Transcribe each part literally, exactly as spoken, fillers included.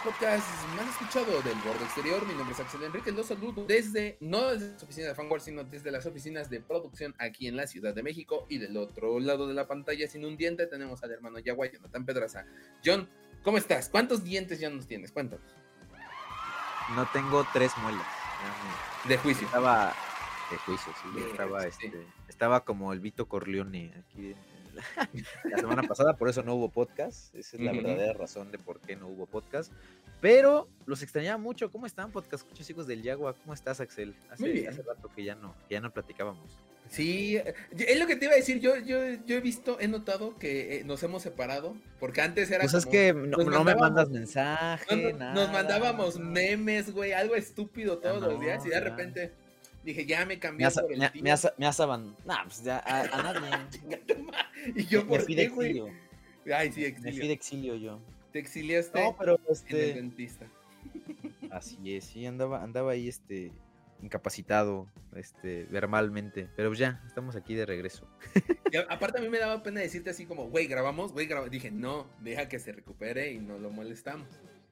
podcast más escuchado del borde exterior. Mi nombre es Axel Enrique, los saludo desde, no desde las oficinas de Fanware, sino desde las oficinas de producción aquí en la Ciudad de México. Y del otro lado de la pantalla, sin un diente, tenemos al hermano Yagua, Jonathan Pedraza. John, ¿cómo estás? ¿Cuántos dientes ya nos tienes? Cuéntanos. No tengo tres muelas. De juicio. Estaba de juicio, sí. Bien, estaba, sí. este, estaba como el Vito Corleone aquí la, la semana pasada, por eso no hubo podcast. Esa es la Uh-huh. verdadera razón de por qué no hubo podcast. Pero los extrañaba mucho. ¿Cómo están, podcast escuchos hijos del Yagua? ¿Cómo estás, Axel? Muy Hace, bien. hace rato que ya no, que ya no platicábamos. Sí, es lo que te iba a decir. Yo, yo, yo he visto, he notado que eh, nos hemos separado. Porque antes era Pues como. es que no, nos no me mandábamos- mandas mensaje, no, no, nada. nos mandábamos no. memes, güey, algo estúpido todos Ya los no, días. Y de ya. repente dije, ya me Me cambié has, por el me, tío. me has, me has aban- Nah, pues ya, a, a nadie. Y yo, me ¿por fui de qué, güey? exilio. Ay, sí, Me fui exilio. de exilio yo. Te exiliaste No, pero en el este. dentista. Así es, sí, andaba, andaba ahí este incapacitado, este, verbalmente. Pero pues ya, estamos aquí de regreso. Y a- aparte a mí me daba pena decirte así como, güey, grabamos, güey, grabamos. Dije, no, deja que se recupere y no lo molestamos.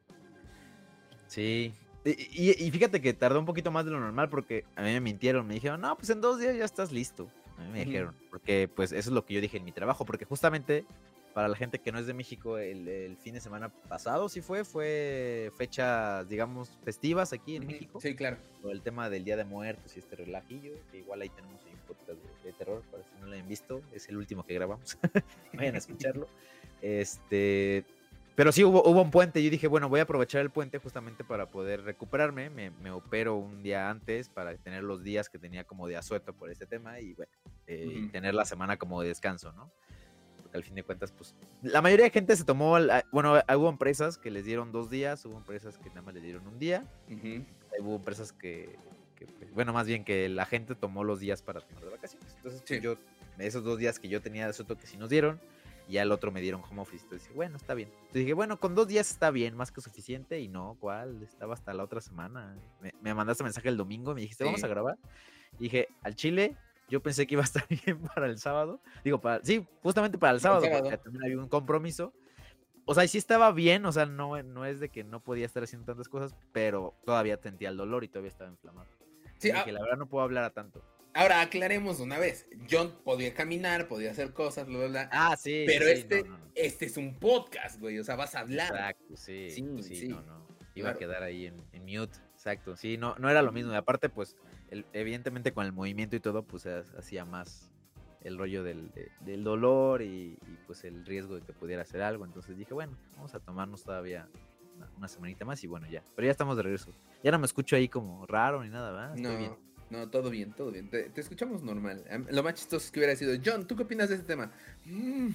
Sí. Y, y- y fíjate que tardó un poquito más de lo normal porque a mí me mintieron, me dijeron, no, pues en dos días ya estás listo. A mí me Ujú. dijeron, porque pues eso es lo que yo dije en mi trabajo, porque justamente para la gente que no es de México, el, el fin de semana pasado sí fue, fue fechas, digamos, festivas aquí en Ujú. México. Sí, claro. Por el tema del Día de Muertos y este relajillo, que igual ahí tenemos ahí un podcast de, de terror, para si no lo han visto, es el último que grabamos, vayan a escucharlo. Este, pero sí hubo, hubo un puente, yo dije, bueno, voy a aprovechar el puente justamente para poder recuperarme, me, me opero un día antes para tener los días que tenía como de asueto por este tema y bueno, eh, y Ujú. tener la semana como de descanso, ¿no? Porque al fin de cuentas, pues, la mayoría de gente se tomó, la- bueno, hubo empresas que les dieron dos días, hubo empresas que nada más les dieron un día, Ujú. hubo empresas que, que, pues, bueno, más bien que la gente tomó los días para tomar de vacaciones. Entonces, pues, Sí. yo, esos dos días que yo tenía de asueto que sí nos dieron, y ya el otro me dieron home office. Entonces dije, bueno, está bien. Entonces dije, bueno, con dos días está bien, más que suficiente. Y no, ¿cuál? Estaba hasta la otra semana. Me, me mandaste mensaje el domingo, me dijiste, Sí. vamos a grabar. Y dije, al Chile, yo pensé que iba a estar bien para el sábado. Digo, para, sí, justamente para el Para el sábado, sábado. porque también había un compromiso. O sea, sí estaba bien, o sea, no, no es de que no podía estar haciendo tantas cosas, pero todavía sentía el dolor y todavía estaba inflamado. Sí, Y ah, dije, la verdad no puedo hablar a tanto. ahora aclaremos una vez. John podía caminar, podía hacer cosas, bla, bla, bla. Ah, sí, Pero sí, este, no, no, no. este es un podcast, güey. O sea, vas a hablar. Exacto, sí, Sí, pues sí, sí, no, no. Iba claro. a quedar ahí en, en mute, exacto. Sí, no, no era lo mismo. Y aparte, pues, el- evidentemente con el movimiento y todo, pues ha- hacía más el rollo del, de- del dolor y, y, pues el riesgo de que pudiera hacer algo. Entonces dije, bueno, vamos a tomarnos todavía una, una semanita más y bueno, ya. Pero ya estamos de regreso. Ya no me escucho ahí como raro ni nada, ¿verdad? Estoy No, bien. no, todo bien, todo bien. Te, te escuchamos normal. Am- Lo más chistoso es que hubiera sido, John, ¿tú qué opinas de este tema? Mm,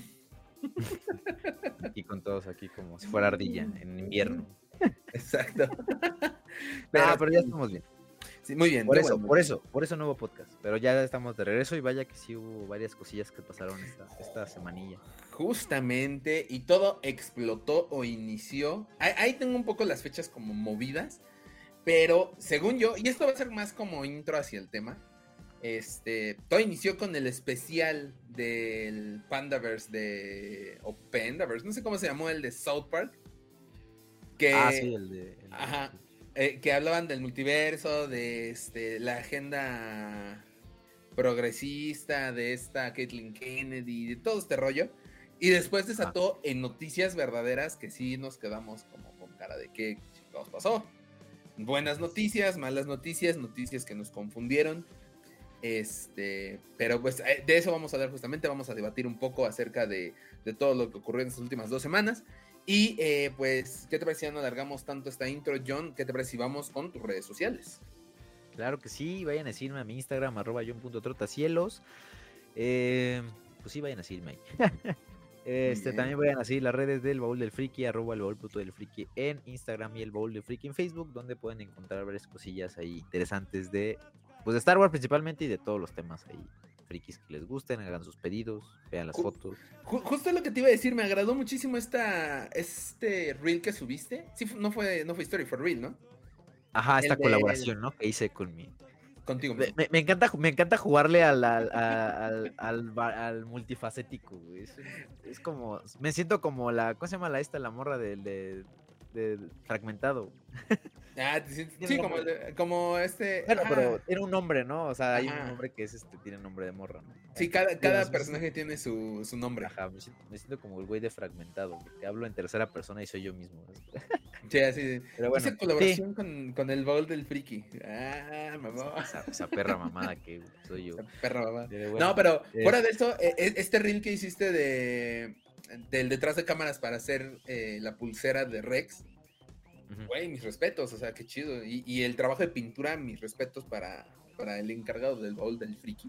Y con todos aquí como si fuera ardilla en invierno. exacto. Ah, pero ya sí, estamos bien. sí, muy bien. Por qué eso, bueno. por eso, por eso no hubo podcast. Pero ya estamos de regreso y vaya que sí hubo varias cosillas que pasaron esta, esta semanilla. Justamente, y todo explotó o inició. Ahí, ahí tengo un poco las fechas como movidas, pero según yo, y esto va a ser más como intro hacia el tema, este, todo inició con el especial del Pandaverse de, o Pandaverse, no sé cómo se llamó, el de South Park, que, Ah, sí, el de... el de- ajá, eh, que hablaban del multiverso, de este, la agenda progresista de esta Caitlyn Kennedy, de todo este rollo. Y después desató en noticias verdaderas que sí nos quedamos como con cara de qué chingados pasó. Buenas noticias, malas noticias, noticias que nos confundieron. Este, pero pues eh, de eso vamos a hablar justamente, vamos a debatir un poco acerca de, de todo lo que ocurrió en estas últimas dos semanas. Y eh, pues, ¿qué te parece si ya no alargamos tanto esta intro, John? ¿Qué te parece si vamos con tus redes sociales? Claro que sí, vayan a seguirme a mi Instagram, arroba john.trotacielos. Eh, pues sí, vayan a seguirme ahí. Este, Bien. también vayan a seguir las redes del Baúl del Friki, arroba el baúl.del Friki en Instagram y el Baúl del Friki en Facebook, donde pueden encontrar varias cosillas ahí interesantes de, pues de Star Wars principalmente y de todos los temas ahí frikis que les gusten, hagan sus pedidos, vean las Ju- fotos. Ju- justo lo que te iba a decir, me agradó muchísimo esta, este reel que subiste. Sí, fu- no fue, no fue Story, fue reel, ¿no? Ajá, esta El de- colaboración, ¿no? Que hice con mi... Contigo Me, mismo. me- me encanta, me encanta jugarle al, al, a- al, al, va- al multifacético, güey. Es, es como, me siento como la, ¿cómo se llama la esta, la morra del de de fragmentado. Ah, sí, sí como, como este. Bueno, ah, pero tiene un nombre, ¿no? O sea, hay ajá. un nombre que es este, tiene nombre de morra, ¿no? Sí, cada, cada personaje tiene su, su nombre. Ajá, me siento, me siento como el güey de fragmentado, que hablo en tercera persona y soy yo mismo. Sí, así. Pero bueno, hice colaboración sí. con, con el baúl del friki. Ah, mamá. Esa, esa perra mamada que soy yo. Esa perra mamada. Pero bueno, no, pero es... fuera de eso, este reel que hiciste de del detrás de cámaras para hacer eh, la pulsera de Rex, güey, uh-huh. mis respetos, o sea, qué chido. Y, y el trabajo de pintura, mis respetos para, para el encargado del baúl del friki.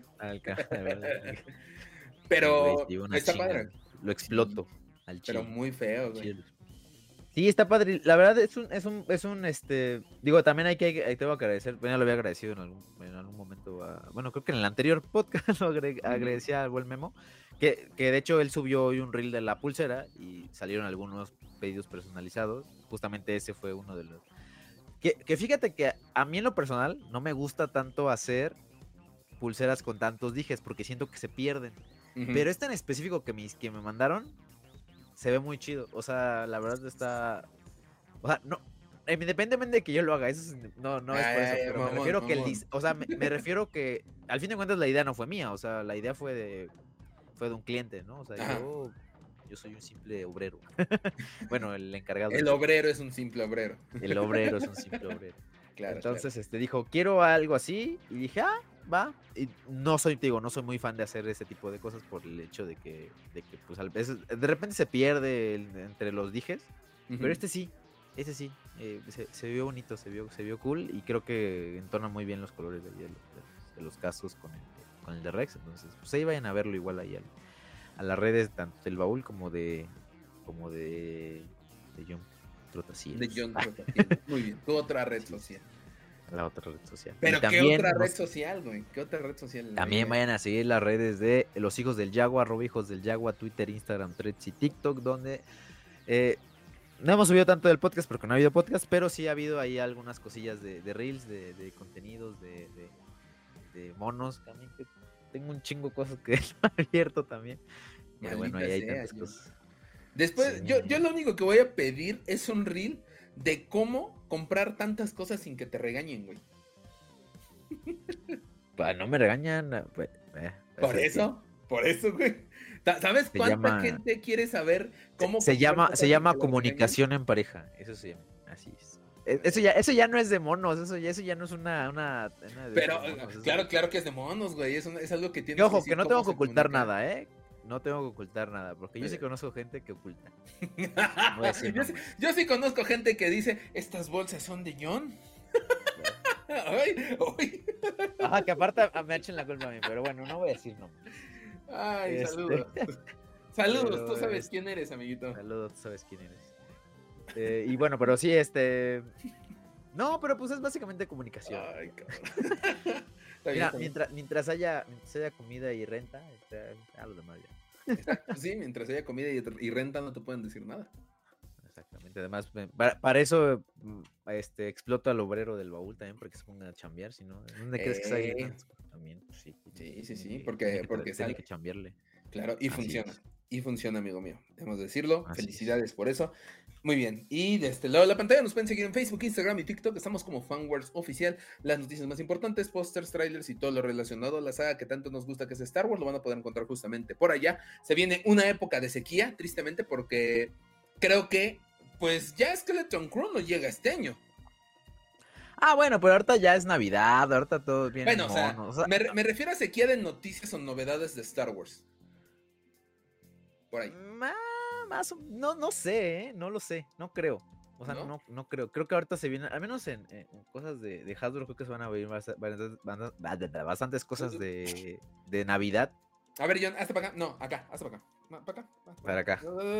Pero sí, güey, está chinga, padre. Lo exploto sí, al chile. Pero muy feo, güey. Sí, está padre. La verdad es un, es un, es un, este, digo, también hay que, hay, tengo que agradecer, bueno, lo había agradecido en algún, en algún momento, a, bueno, creo que en el anterior podcast lo agre, agradecía al buen Memo, que, que de hecho él subió hoy un reel de la pulsera y salieron algunos pedidos personalizados, justamente ese fue uno de los, que, que fíjate que a mí en lo personal no me gusta tanto hacer pulseras con tantos dijes, porque siento que se pierden, uh-huh. pero este en específico que me, que me mandaron, se ve muy chido, o sea, la verdad está, o sea, no, independientemente de que yo lo haga, eso es, no, no es por eso, pero mamón, me refiero mamón. que el, o sea, me, me refiero que, al fin de cuentas la idea no fue mía, o sea, la idea fue de, fue de un cliente, ¿no? O sea, Ajá. yo, yo soy un simple obrero, bueno, el encargado. El obrero es un simple obrero. El obrero es un simple obrero. Claro, Entonces, claro. este, dijo, quiero algo así, y dije, ah, va, y no soy, te digo, no soy muy fan de hacer ese tipo de cosas por el hecho de que, de que pues, a veces, de repente se pierde el, entre los dijes, uh-huh. pero este sí, este sí, eh, se, se vio bonito, se vio, se vio cool, y creo que entona muy bien los colores de, de, los, de los cascos con el, con el de Rex, entonces, pues ahí vayan a verlo igual ahí al, a las redes, tanto del baúl como de, como de, de John Trotacielos. De John Trotacielos, muy bien, tu otra red social. La otra red social. Pero y ¿qué también, otra red no, social, güey? ¿Qué otra red social? También vayan a seguir las redes de Los Hijos del Yagua, arroba Hijos del Yagua, Twitter, Instagram, Threads y TikTok, donde eh, no hemos subido tanto del podcast porque no ha habido podcast, pero sí ha habido ahí algunas cosillas de, de reels, de, de contenidos, de, de, de monos también, que tengo un chingo de cosas que he abierto también. Pero bueno, ahí hay tantas cosas. Después, sí. yo, yo lo único que voy a pedir es un reel de cómo comprar tantas cosas sin que te regañen, güey. Pues no me regañan. Pues, eh, por eso, que... por eso, güey. ¿Sabes se cuánta llama... gente quiere saber cómo se, se llama se llama comunicación en pareja? Eso se llama, así es. Eso ya, eso ya no es de monos, eso ya, eso ya no es una, una, una de Pero monos, claro, claro que es de monos, güey. Es, un, es algo que tiene. Y ojo, que no tengo que ocultar nada, ¿eh? No tengo que ocultar nada, porque yo sí conozco gente que oculta. No yo, sí, yo sí conozco gente que dice, estas bolsas son de John. Ay, ay. Ajá, que aparte me echen la culpa a mí, pero bueno, no voy a decir nombres. Ay, este... saludos. Saludos, pero, tú sabes quién eres, amiguito. Saludos, tú sabes quién eres. Eh, y bueno, pero sí, este... No, pero pues es básicamente comunicación. Ay, cabrón. Mira, mientras, mientras, haya, mientras haya comida y renta, este, a lo demás ya. Sí, mientras haya comida y, y renta no te pueden decir nada. Exactamente, además, para, para eso este, exploto al obrero del baúl también, para que se ponga a chambear, si no, ¿dónde eh... crees que está también? Pues, sí, sí, sí, sí, porque tiene que, porque tiene que chambearle. Claro, y Así funciona. Es. Y funciona, amigo mío. Debemos decirlo. Así Felicidades es. por eso. Muy bien. Y de este lado de la pantalla nos pueden seguir en Facebook, Instagram y TikTok. Estamos como Fanwars Oficial. Las noticias más importantes, pósters, trailers y todo lo relacionado a la saga que tanto nos gusta que es Star Wars lo van a poder encontrar justamente por allá. Se viene una época de sequía, tristemente, porque creo que pues ya Skeleton Crew no llega este año. Ah, bueno, pero ahorita ya es Navidad, ahorita todo bien. Bueno, o sea, o sea, me, me refiero a sequía de noticias o novedades de Star Wars. Por ahí. Más, más no, no sé, ¿eh? No lo sé, no creo. O sea, ¿no? No, no creo. Creo que ahorita se vienen, al menos en, en cosas de, de Hasbro, creo que se van a ver bastantes, bastantes cosas de, de Navidad. A ver, John, hazte para acá. No, acá, hazte para acá. No, para acá. Para acá.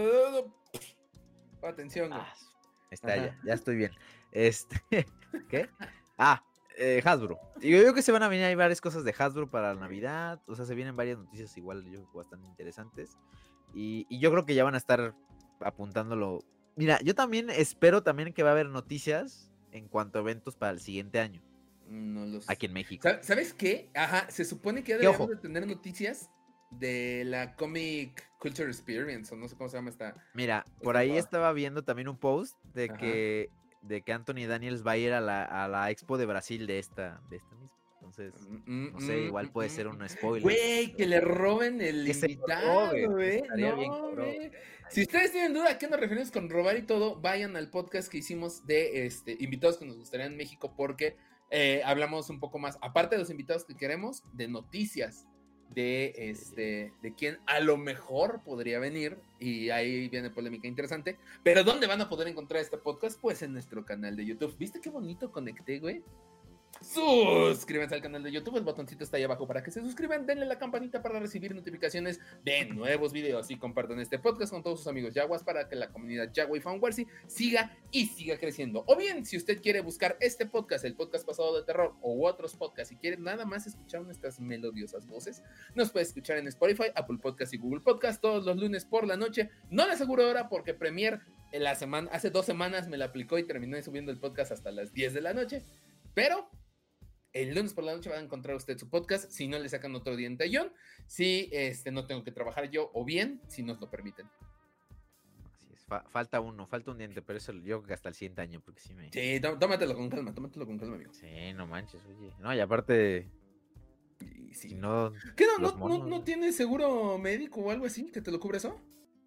Atención, güey. Ah, está ya, ya estoy bien. Este, ¿qué? Ah, eh, Hasbro. Y yo creo que se van a venir ahí varias cosas de Hasbro para la Navidad. O sea, se vienen varias noticias igual, yo bastante interesantes. Y, y yo creo que ya van a estar apuntándolo. Mira, yo también espero también que va a haber noticias en cuanto a eventos para el siguiente año. No lo sé. Aquí en México. ¿Sabes qué? Ajá, se supone que ya deberíamos de tener noticias de la Comic Culture Experience, o no sé cómo se llama esta. Mira, esta por ahí moda. estaba viendo también un post de Ajá. que de que Anthony Daniels va a ir a la, a la Expo de Brasil de esta, de esta misma. Entonces, Mm, no sé, mm, igual mm, puede mm, ser mm. un spoiler. Güey, que pero- le roben el Que se lo invitado, roben, güey. estaría bien No, cabrón. güey. Si ustedes tienen duda a qué nos referimos con robar y todo, vayan al podcast que hicimos de este, invitados que nos gustarían en México, porque eh, hablamos un poco más, aparte de los invitados que queremos, de noticias de este de quién a lo mejor podría venir, y ahí viene polémica interesante. Pero ¿dónde van a poder encontrar este podcast? Pues en nuestro canal de YouTube. ¿Viste qué bonito conecté, güey? Suscríbanse al canal de YouTube, el botoncito está ahí abajo para que se suscriban, denle la campanita para recibir notificaciones de nuevos videos y compartan este podcast con todos sus amigos Jaguas para que la comunidad Jaguar y Fanwarsy siga y siga creciendo. O bien, si usted quiere buscar este podcast, el podcast pasado de terror o otros podcasts, y quiere nada más escuchar nuestras melodiosas voces, nos puede escuchar en Spotify, Apple Podcast y Google Podcast todos los lunes por la noche. No le aseguro ahora porque Premiere en la semana, hace dos semanas me la aplicó y terminé subiendo el podcast hasta las diez de la noche, pero el lunes por la noche va a encontrar usted su podcast, si no le sacan otro día en tallón, si este, no tengo que trabajar yo, o bien, si nos lo permiten. Así es, fa- falta uno, falta un diente, pero eso yo creo que hasta el siguiente año, porque sí me... Sí, tó- tómatelo con calma, tómatelo con calma, amigo. Sí, no manches, oye. No, y aparte, Y sí. si no... ¿Qué no, los no, no, monos, no ¿no? tienes seguro médico o algo así que te lo cubre eso?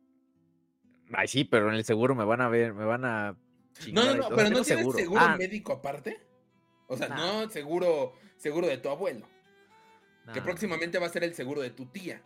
Ay, sí, pero en el seguro me van a ver, me van a No, chingar no, ahí no, todo. O sea, pero tengo ¿no tienes seguro. seguro Ah, médico aparte? O sea, nah, no seguro, seguro de tu abuelo, nah, que nah, próximamente va a ser el seguro de tu tía.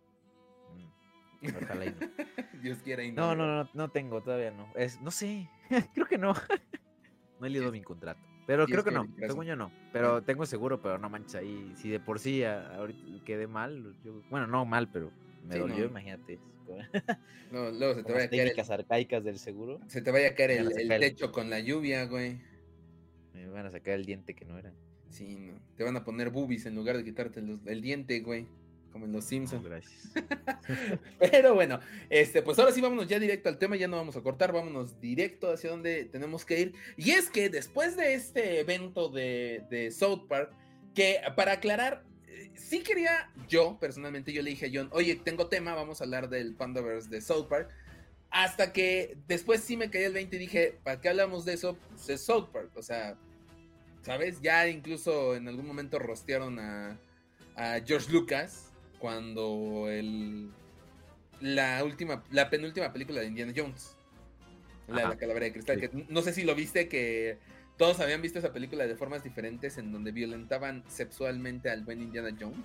mm, ojalá y no. Dios quiera y no. No, amigo. no, no, no tengo, todavía no. Es, no sé, creo que no. No he leído mi contrato. Pero Dios creo que quiera no, y corazón. según yo no. Pero tengo seguro, pero no manches ahí. Si de por sí a- ahorita quedé mal, yo- bueno, no mal, pero me Sí, dolió, no. imagínate. Con, No, luego se te con vaya las a caer técnicas el, arcaicas del seguro, se te vaya a caer me van a el, el sacar el, techo con la lluvia, güey. me van a sacar el diente que no era. Sí, no. Te van a poner boobies en lugar de quitarte los- el diente, güey. Como en los No, Simpsons. gracias. Pero bueno, este, pues ahora sí vámonos ya directo al tema, ya no vamos a cortar, vámonos directo hacia donde tenemos que ir. Y es que después de este evento de, de South Park, que para aclarar, eh, sí quería, yo personalmente, yo le dije a John, oye, tengo tema, vamos a hablar del Pandaverse de South Park. Hasta que después sí me caí el veinte y dije, ¿para qué hablamos de eso? Pues es South Park, o sea, ¿sabes? Ya incluso en algún momento rostearon a, a George Lucas cuando el la última, la penúltima película de Indiana Jones, la de Ajá, la calavera de cristal, sí. que no sé si lo viste, que todos habían visto esa película de formas diferentes en donde violentaban sexualmente al buen Indiana Jones.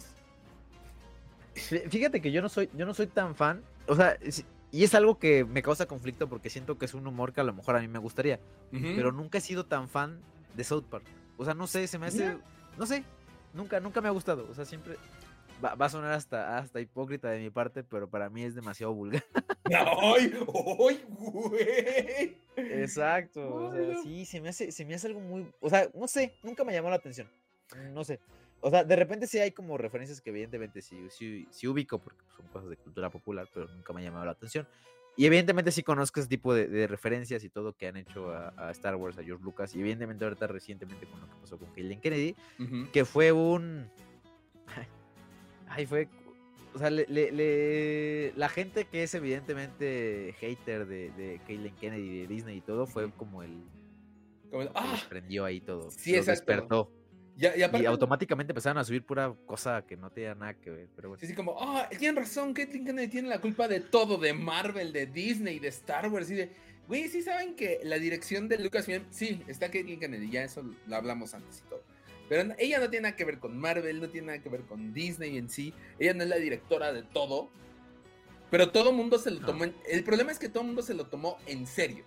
Fí- Fíjate que yo no soy, yo no soy tan fan. O sea, es- y es algo que me causa conflicto porque siento que es un humor que a lo mejor a mí me gustaría. Ujú. Pero nunca he sido tan fan de South Park. O sea, no sé, se me hace. Mira. No sé, nunca, nunca me ha gustado. O sea, siempre. Va, va a sonar hasta, hasta hipócrita de mi parte, pero para mí es demasiado vulgar. ¡Ay! ¡Ay, güey! Exacto. O Ay, sea, no. sí, se me hace, se me hace algo muy. O sea, no sé, nunca me llamó la atención. No sé. O sea, de repente sí hay como referencias que evidentemente sí, sí, sí ubico porque son cosas de cultura popular, pero nunca me ha llamado la atención. Y evidentemente sí conozco ese tipo de, de referencias y todo que han hecho a, a Star Wars, a George Lucas, y evidentemente ahorita recientemente con lo que pasó con Kathleen Kennedy, Ujú. que fue un... Ay, fue... O sea, le, le- le- la gente que es evidentemente hater de, de Kathleen Kennedy, de Disney y todo, fue Ujú. como el... Como el- que ¡ah! les prendió ahí todo. Sí, Los exacto. despertó. Ya- y Y aparte, automáticamente empezaron a subir pura cosa que no tenía nada que ver, pero bueno. sí, sí, como, ah, tienen razón, Kathleen Kennedy tiene la culpa de todo, de Marvel, de Disney, de Star Wars, y de, güey, sí saben que la dirección de Lucasfilm, sí, está Kathleen Kennedy, ya eso lo hablamos antes y todo, pero ella no tiene nada que ver con Marvel, no tiene nada que ver con Disney en sí, ella no es la directora de todo, pero todo el mundo se lo No. tomó, en, el problema es que todo el mundo se lo tomó en serio.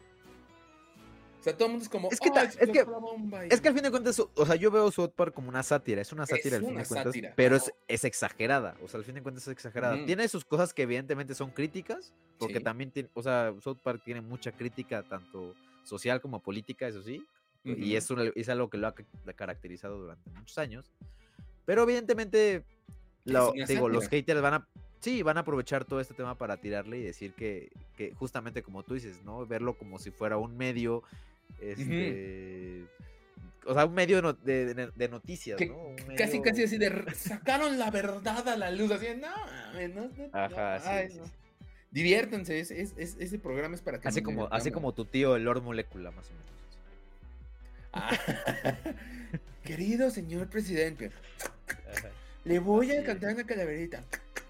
O sea, todo el mundo es como, Es que "Ah, ta- es explotó que- la bomba", y- Es que al fin de cuentas, o sea, yo veo South Park como una sátira, es una sátira Es al fin una de cuentas, sátira, pero ajá. es, es exagerada, o sea, al fin de cuentas es exagerada. Ujú. Tiene sus cosas que evidentemente son críticas, porque Sí. también tiene, o sea, South Park tiene mucha crítica, tanto social como política, eso sí, y Ujú. es, una- es algo que lo ha ca- caracterizado durante muchos años, pero evidentemente, lo, una te digo, los sátira. haters van a, sí, van a aprovechar todo este tema para tirarle y decir que, que justamente como tú dices, ¿no? Verlo como si fuera un medio, este... O sea, un medio de, no- de- de- de noticias, Que ¿no? Un casi, medio- casi así de, "R- sacaron la verdad a la luz", así de, no, mames, no, no, Ajá, no, sí, ay, sí, no. sí. Diviértanse, es, es, es- ese programa es para que Así nos como, así divirtamos. como tu tío, el Lord Molecula, más o menos. Ah, querido señor presidente, Ajá. le voy a Así es. cantar una calaverita.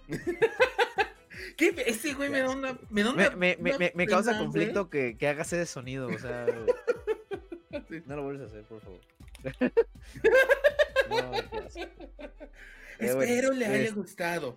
¿Qué? Ese güey Qué me da asco, una, güey. me da Me, una, me, me, una me, me causa pena, güey. conflicto que, que hagas ese sonido, o sea, Sí. no lo vuelves a hacer, por favor. No, qué asco. Eh, bueno, Espero le haya es, gustado.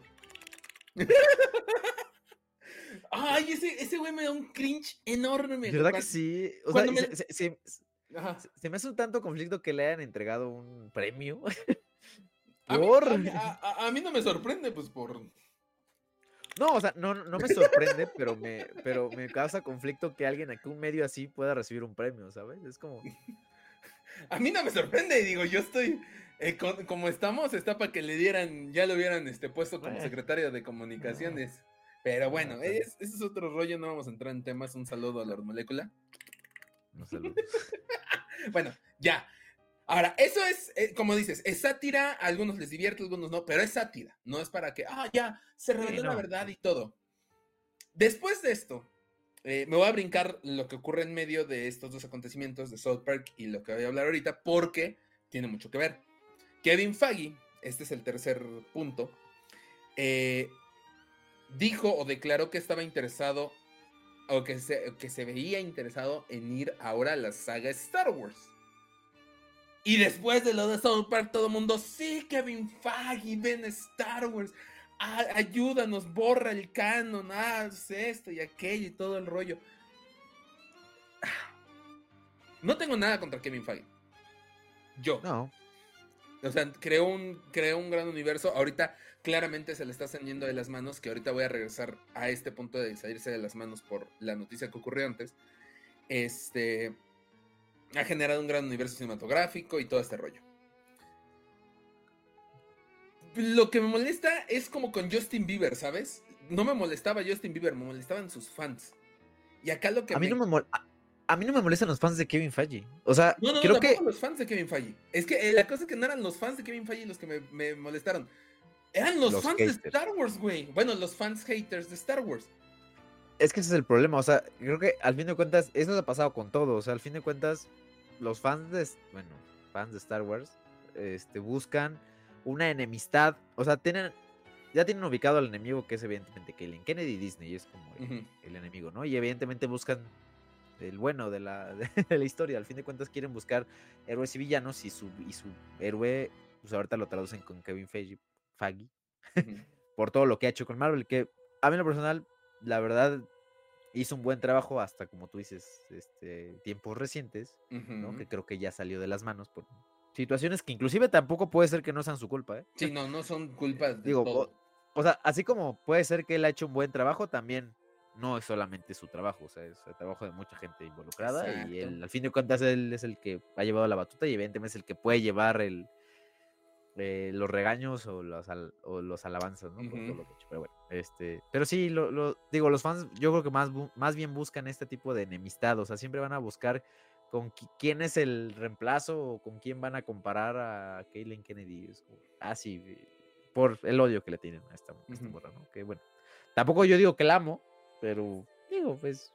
Ay, ese, ese güey me da un cringe enorme. ¿verdad que Cuando, sí? O sea, cuando me... se, se- se- Ajá. se- se me hace un tanto conflicto que le hayan entregado un premio. A mí, Por. a mí, a- a- a mí no me sorprende, pues por... No, o sea, no, no me sorprende, pero me, pero me causa conflicto que alguien aquí, un medio así, pueda recibir un premio, ¿sabes? Es como. A mí no me sorprende, digo, yo estoy... eh, con- como estamos, está para que le dieran, ya lo hubieran este, puesto como eh, secretario de eh, comunicaciones. Pero no, bueno, pues, es- ese es otro rollo, no vamos a entrar en temas. Un saludo a la molécula. no saludos. Bueno, ya. Ahora, eso es, eh, como dices, es sátira, a algunos les divierte, a algunos no, pero es sátira. No es para que, ah, ya, se Sí, reveló la no. verdad y todo. Después de esto, eh, me voy a brincar lo que ocurre en medio de estos dos acontecimientos de South Park y lo que voy a hablar ahorita, porque tiene mucho que ver. Kevin Feige, este es el tercer punto, eh, dijo o declaró que estaba interesado o que se, que se veía interesado en ir ahora a la saga Star Wars. Y después de lo de South Park, todo el mundo, sí, Kevin Feige, ven a Star Wars, ah, ayúdanos, borra el canon, haz esto y aquello y todo el rollo. No tengo nada contra Kevin Feige. Yo. No. O sea, creó un, creó un gran universo. Ahorita claramente se le está saliendo de las manos, que ahorita voy a regresar a este punto de salirse de las manos por la noticia que ocurrió antes. Este... Ha generado un gran universo cinematográfico y todo este rollo. Lo que me molesta es como con Justin Bieber, ¿sabes? No me molestaba Justin Bieber, me molestaban sus fans. Y acá lo que A mí me... no me mol- a, a mí no me molestan los fans de Kevin Feige. O sea, No, no, no, creo tampoco que. los fans de Kevin Feige. Es que eh, la cosa es que no eran los fans de Kevin Feige los que me, me molestaron. Eran los, Los fans haters. de Star Wars, güey. Bueno, los fans haters de Star Wars. Es que ese es el problema. O sea, creo que al fin de cuentas, eso ha pasado con todo. O sea, al fin de cuentas, los fans de. Bueno, fans de Star Wars. Este, buscan una enemistad. O sea, tienen. Ya tienen ubicado al enemigo, que es evidentemente Kaylin Kennedy y Disney. Es como el, Ujú. el enemigo, ¿no? Y evidentemente buscan el bueno de la, de la historia. Al fin de cuentas quieren buscar héroes y villanos, y su, y su héroe, pues ahorita lo traducen con Kevin Feige, Feige Ujú. por todo lo que ha hecho con Marvel, que a mí en lo personal, la verdad, hizo un buen trabajo hasta, como tú dices, este, tiempos recientes, ¿no? Ujú. Que creo que ya salió de las manos por situaciones que inclusive tampoco puede ser que no sean su culpa, ¿eh? Sí, no, no son culpas de Digo, o, todo. o sea, así como puede ser que él ha hecho un buen trabajo, también no es solamente su trabajo, o sea, es el trabajo de mucha gente involucrada, y Exacto. él, al fin de cuentas, él es el que ha llevado la batuta, y evidentemente es el que puede llevar el, eh, los regaños o los, al, o los alabanzas, ¿no? Por Ujú. todo lo que ha hecho. Pero bueno, este, pero sí, lo, lo, digo, los fans yo creo que más, bu- más bien buscan este tipo de enemistad, o sea, siempre van a buscar con qui- quién es el reemplazo o con quién van a comparar a Kaylin Kennedy. Es como, ah, sí, eh, por el odio que le tienen a esta, a esta Ujú. morra, ¿no? Que bueno, tampoco yo digo que la amo, pero digo, pues,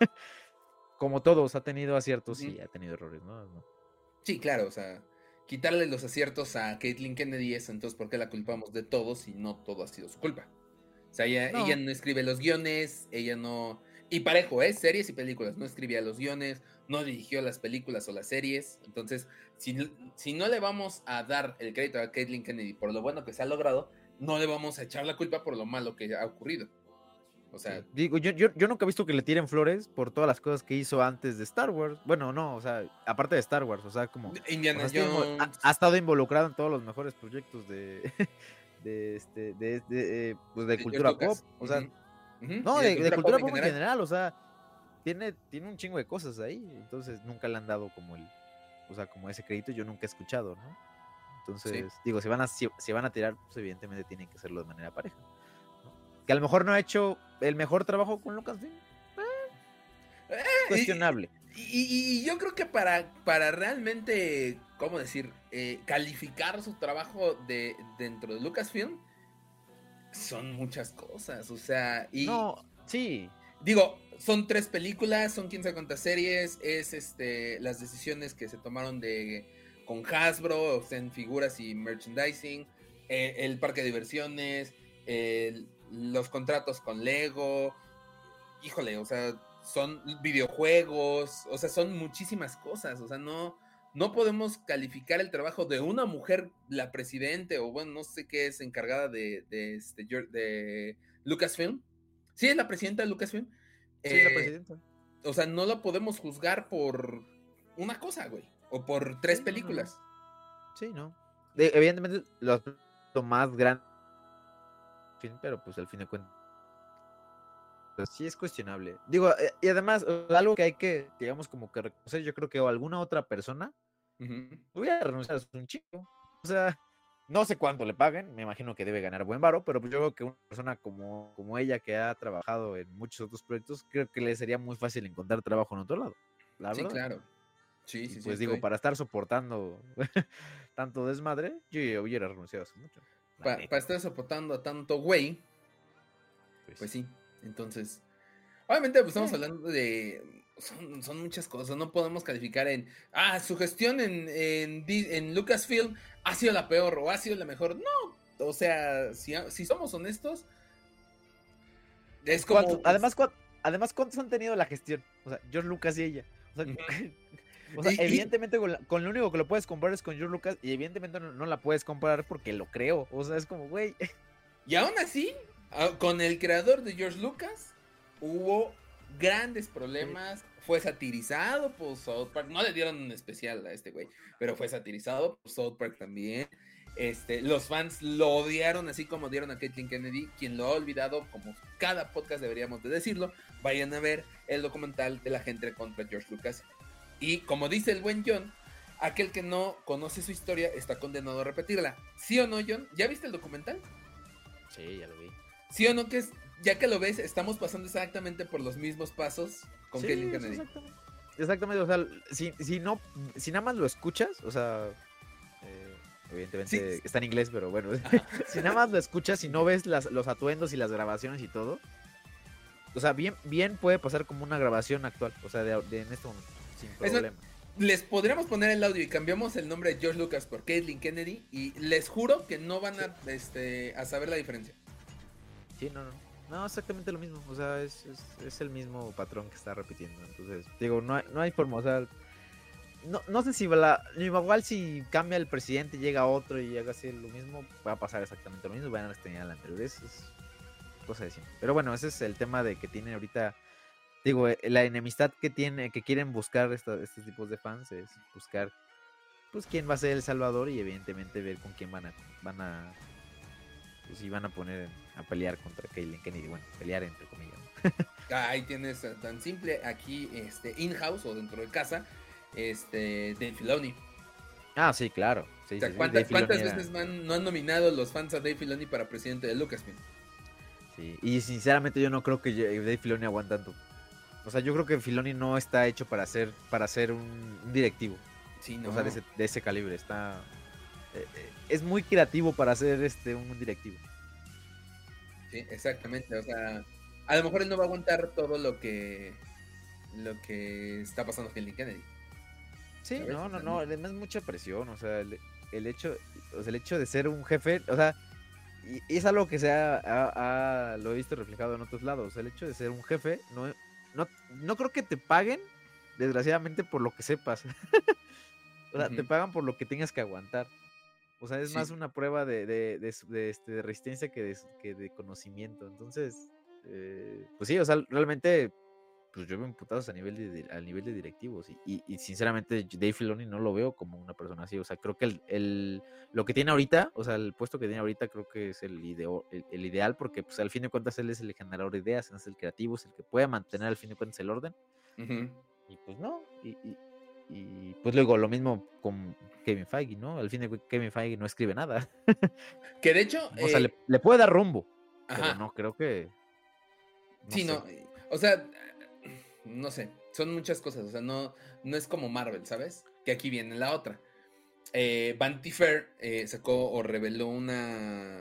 como todos, ha tenido aciertos Ujú. y ha tenido errores, ¿no? No. Sí, claro, o sea, quitarle los aciertos a Caitlyn Kennedy es entonces por qué la culpamos de todo si no todo ha sido su culpa. O sea, ella, ella No, no escribe los guiones, ella no... Y parejo, ¿eh? Series y películas, no escribía los guiones, no dirigió las películas o las series. Entonces, si, si no le vamos a dar el crédito a Caitlyn Kennedy por lo bueno que se ha logrado, no le vamos a echar la culpa por lo malo que ha ocurrido. O sea, sí. Digo, yo, yo, yo nunca he visto que le tiren flores por todas las cosas que hizo antes de Star Wars. Bueno, no, o sea, aparte de Star Wars, o sea, como, o Indiana sea, estoy invo- ha, Jones... ha estado involucrado en todos los mejores proyectos de, de este, de, de, eh, pues de de George cultura pop, Lucas. o sea, Ujú, ujú, no, y de de, de cultura pop cultura en pop en general. general, o sea, tiene, tiene un chingo de cosas ahí, entonces nunca le han dado como el, o sea, como ese crédito, yo nunca he escuchado, ¿no? Sí. Entonces, digo, si van a, si, si van a tirar, pues evidentemente tienen que hacerlo de manera pareja, ¿no? Que a lo mejor no ha hecho el mejor trabajo con Lucasfilm, cuestionable. Y, y- y yo creo que para, para realmente, ¿cómo decir? Eh, calificar su trabajo de, dentro de Lucasfilm, son muchas cosas, o sea, y... No, sí. Digo, son tres películas, son quién sabe cuántas series, es este las decisiones que se tomaron de con Hasbro, o sea, en figuras y merchandising, eh, el parque de diversiones, el, los contratos con Lego, híjole, o sea, son videojuegos, o sea, son muchísimas cosas, o sea, no, no podemos calificar el trabajo de una mujer, la presidente, o bueno, no sé qué es encargada de, de, este, de Lucasfilm. Sí, es la presidenta de Lucasfilm. Sí, es la Eh, presidenta. o sea, no la podemos juzgar por una cosa, güey, o por tres Sí, no, no, no. películas. Sí, no. De- evidentemente, lo, lo más grande, pero pues al fin de cuentas, pues, sí es cuestionable. Digo, eh, y además, eh, algo que hay que, digamos, como que reconocer, yo creo que o alguna otra persona Uh-huh. hubiera renunciado a un chico. O sea, no sé cuánto le paguen, me imagino que debe ganar buen varo, pero pues yo creo que una persona como, como ella que ha trabajado en muchos otros proyectos, creo que le sería muy fácil encontrar trabajo en otro lado, la Sí, verdad. claro. Sí, Y sí, sí, pues digo, estoy. para estar soportando tanto desmadre, yo ya hubiera renunciado hace mucho, la Para neta. estar soportando a tanto güey, Pues, pues sí. Entonces, obviamente, pues estamos eh, hablando de. Son, son muchas cosas. No podemos calificar en. Ah, su gestión en, en, Di- en Lucasfilm ha sido la peor o ha sido la mejor. No. O sea, si, si somos honestos, es ¿cuántos, como. Pues, además, cuán- además, ¿cuántos han tenido la gestión? O sea, George Lucas y ella. O sea, ujú. o sea y, y, evidentemente con, la- con lo único que lo puedes comparar es con George Lucas y evidentemente no, no la puedes comparar porque lo creo. O sea, es como, güey. y aún así, ah, con el creador de George Lucas, hubo grandes Sí, problemas. Fue satirizado por South Park. No le dieron un especial a este güey, pero fue satirizado por South Park también. Este, los fans lo odiaron así como odiaron a Kathleen Kennedy. Quien lo ha olvidado, como cada podcast deberíamos de decirlo, vayan a ver el documental de la gente contra George Lucas. Y como dice el buen John, aquel que no conoce su historia está condenado a repetirla. ¿Sí o no, John? ¿Ya viste el documental? sí, ya lo vi. ¿Sí o no que es, ya que lo ves, estamos pasando exactamente por los mismos pasos con Sí, Kathleen es Kennedy? exactamente. Exactamente, o sea, si, si no, si nada más lo escuchas, o sea, eh, Sí. evidentemente está en inglés, pero bueno, Ajá. si nada más lo escuchas y no ves las, los atuendos y las grabaciones y todo, o sea, bien, bien puede pasar como una grabación actual, o sea, de, de en este momento, sin Es más, problema. les podríamos poner el audio y cambiamos el nombre de George Lucas por Kathleen Kennedy y les juro que no van Sí, a, este, a saber la diferencia. sí, no, no. No, exactamente lo mismo, o sea, es, es, es el mismo patrón que está repitiendo. Entonces, digo, no hay, no hay forma, o sea, no, no sé si la, igual si cambia el presidente, llega otro y haga así lo mismo, va a pasar exactamente lo mismo, van a extrañar la anterior, es, es cosa de siempre. Pero bueno, ese es el tema de que tiene ahorita, digo, eh, la enemistad que tiene, que quieren buscar esta- estos tipos de fans es buscar, pues, quién va a ser el salvador y evidentemente ver con quién van a, van a, pues, si van a poner a pelear contra Kaylin Kennedy, bueno, pelear entre comillas, ¿no? Ahí tienes eh, tan simple aquí, este, in-house o dentro de casa, este, Dave Filoni. Ah, sí, claro, O sí, sea, sí, sí, Dave ¿cuánta- Filoni ¿cuántas era, veces man- no han nominado los fans a Dave Filoni para presidente de Lucasfilm? sí, y sinceramente yo no creo que yo- Dave Filoni aguante tanto. O sea, yo creo que Filoni no está hecho para ser, para ser un, un directivo. Sí, O no. sea, de ese, de ese calibre. Está. eh, eh, es muy creativo para ser este un directivo. Sí, exactamente. O sea, a lo mejor él no va a aguantar todo lo que lo que está pasando con Kathleen Kennedy. Sí, ¿Sabes? no, O no, sea, no. no. Además mucha presión. O sea, el, el hecho, o sea, el hecho de ser un jefe, o sea, y, y es algo que se ha, ha- ha- lo he visto reflejado en otros lados. El hecho de ser un jefe, no, no, no creo que te paguen, desgraciadamente, por lo que sepas. O sea, te Ujú. pagan por lo que tengas que aguantar. O sea, es Sí. más una prueba de, de, de, de, este, de resistencia que de, que de conocimiento. Entonces, eh, pues sí, o sea, realmente, pues yo veo imputados a nivel de, a nivel de directivos. Y, y, y sinceramente, Dave Filoni no lo veo como una persona así. O sea, creo que el, el, lo que tiene ahorita, o sea, el puesto que tiene ahorita, creo que es el, ideo, el, el ideal, porque pues al fin de cuentas él es el generador de ideas, es el creativo, es el que puede mantener al fin de cuentas el orden. Ujú. Y pues no, y, y, y, pues luego lo mismo con Kevin Feige, ¿no? Al fin de cuentas Kevin Feige no escribe nada. Que de hecho, O sea, le, eh, le puede dar rumbo, pero ajá, no creo que, no sí, no. sé. eh, O sea, no sé, son muchas cosas. O sea, no, no es como Marvel, ¿sabes? Que aquí viene la otra. Eh, Vanity Fair eh, sacó o reveló una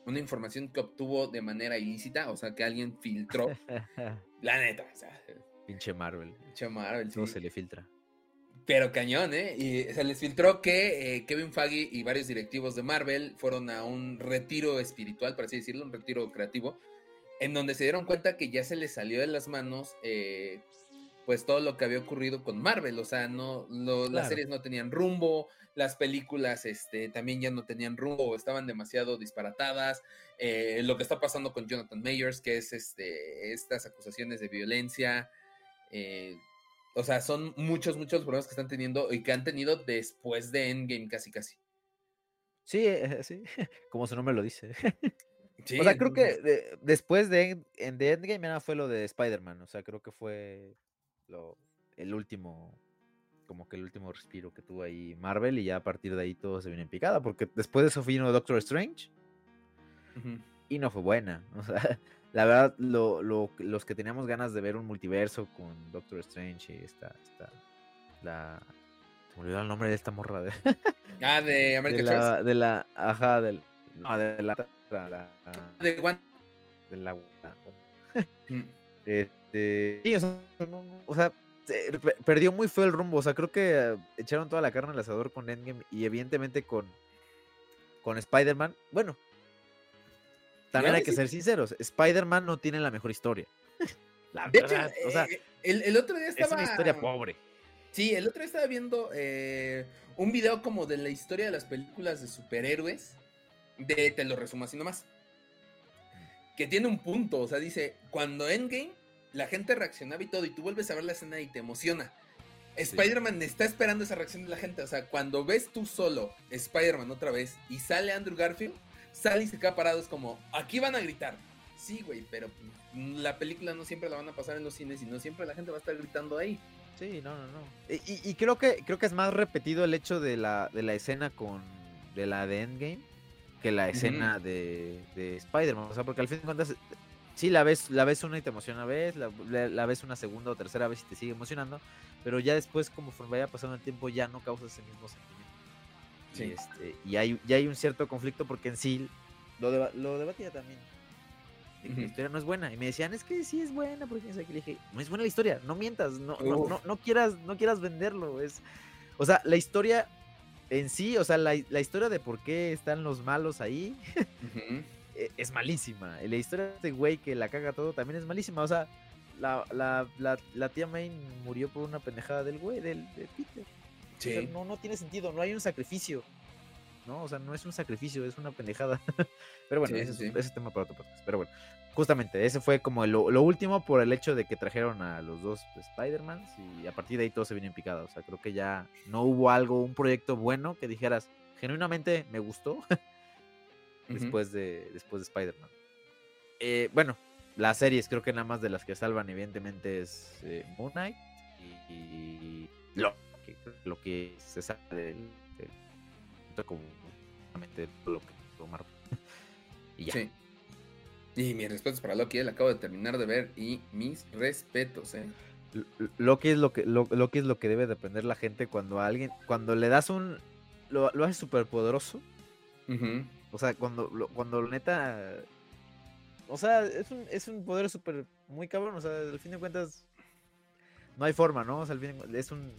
una información que obtuvo de manera ilícita, o sea, que alguien filtró. La neta, o sea, pinche Marvel. Pinche Marvel, Todo sí. se le filtra. Pero cañón, ¿eh? Y se les filtró que eh, Kevin Feige y varios directivos de Marvel fueron a un retiro espiritual, por así decirlo, un retiro creativo, en donde se dieron cuenta que ya se les salió de las manos, eh, pues todo lo que había ocurrido con Marvel. O sea, no, lo, claro. Las series no tenían rumbo, las películas este, también ya no tenían rumbo, estaban demasiado disparatadas. Eh, lo que está pasando con Jonathan Majors, que es este, estas acusaciones de violencia. Eh, o sea, son muchos, muchos problemas que están teniendo y que han tenido después de Endgame, casi, casi. Sí, eh, sí, como su nombre lo dice. Sí, o sea, creo que de, después de, en de Endgame ya fue lo de Spider-Man. O sea, creo que fue lo, el último, como que el último respiro que tuvo ahí Marvel, y ya a partir de ahí todo se vino en picada, porque después de eso vino Doctor Strange uh-huh. y no fue buena. O sea, la verdad, lo, lo, los que teníamos ganas de ver un multiverso con Doctor Strange y esta, esta la... Se me olvidó el nombre de esta morra. De, ah, de American de la, de la, ajá, del, no, de la, la, la de One. De la, mm. este, sí, o sea, no, o sea perdió muy feo el rumbo. O sea, creo que uh, echaron toda la carne al asador con Endgame y evidentemente con, con Spider-Man. Bueno, también hay que ser sinceros. Spider-Man no tiene la mejor historia. La de verdad, hecho, o sea, eh, el, el otro día estaba... es una historia pobre. Sí, el otro día estaba viendo eh, un video como de la historia de las películas de superhéroes. De, te lo resumo así nomás. Que tiene un punto, o sea, dice, cuando Endgame, la gente reaccionaba y todo, y tú vuelves a ver la escena y te emociona. Sí. Spider-Man está esperando esa reacción de la gente, o sea, cuando ves tú solo Spider-Man otra vez y sale Andrew Garfield, sale y se queda parado, es como, aquí van a gritar. Sí, güey, pero la película no siempre la van a pasar en los cines y no siempre la gente va a estar gritando ahí. Sí, no, no, no. Y, y creo que creo que es más repetido el hecho de la, de la escena con de la de Endgame que la escena uh-huh. de, de Spider-Man. O sea, porque al fin de cuentas, sí la ves, la ves una y te emociona una vez, la, la, la ves una segunda o tercera vez y te sigue emocionando, pero ya después, conforme vaya pasando el tiempo, ya no causa ese mismo sentimiento. Sí. Y, este, y hay, ya hay un cierto conflicto porque en sí lo, deba, lo debatía también. De que uh-huh. la historia no es buena. Y me decían, es que sí es buena, porque le dije, no es buena la historia, no mientas, no, no, no, no quieras, no quieras venderlo. Es, o sea, la historia en sí, o sea, la, la historia de por qué están los malos ahí uh-huh. es malísima. La historia de este güey que la caga todo también es malísima. O sea, la, la, la, la tía May murió por una pendejada del güey, del, de Peter. Sí. O sea, no, no tiene sentido, no hay un sacrificio. ¿No? O sea, no es un sacrificio, es una pendejada. Pero bueno, sí, ese, sí. ese es tema para otro podcast. Pero bueno, justamente, ese fue como lo, lo último por el hecho de que trajeron a los dos Spider-Mans y a partir de ahí todo se vino en picada. O sea, creo que ya no hubo algo, un proyecto bueno que dijeras, genuinamente me gustó después, uh-huh. de, después de Spider-Man. Eh, bueno, las series creo que nada más de las que salvan evidentemente es eh, Moon Knight y, y lo, que, lo que se sabe del... De, como lo que tomar y ya. Sí. Y mis respetos para Loki, la acabo de terminar de ver y mis respetos, eh. Loki es lo que lo, Loki es lo que debe de aprender la gente cuando a alguien cuando le das un lo, lo haces súper poderoso. Uh-huh. O sea, cuando lo, cuando neta o sea, es un es un poder súper muy cabrón, o sea, al fin de cuentas no hay forma, ¿no? O sea, al fin de, es un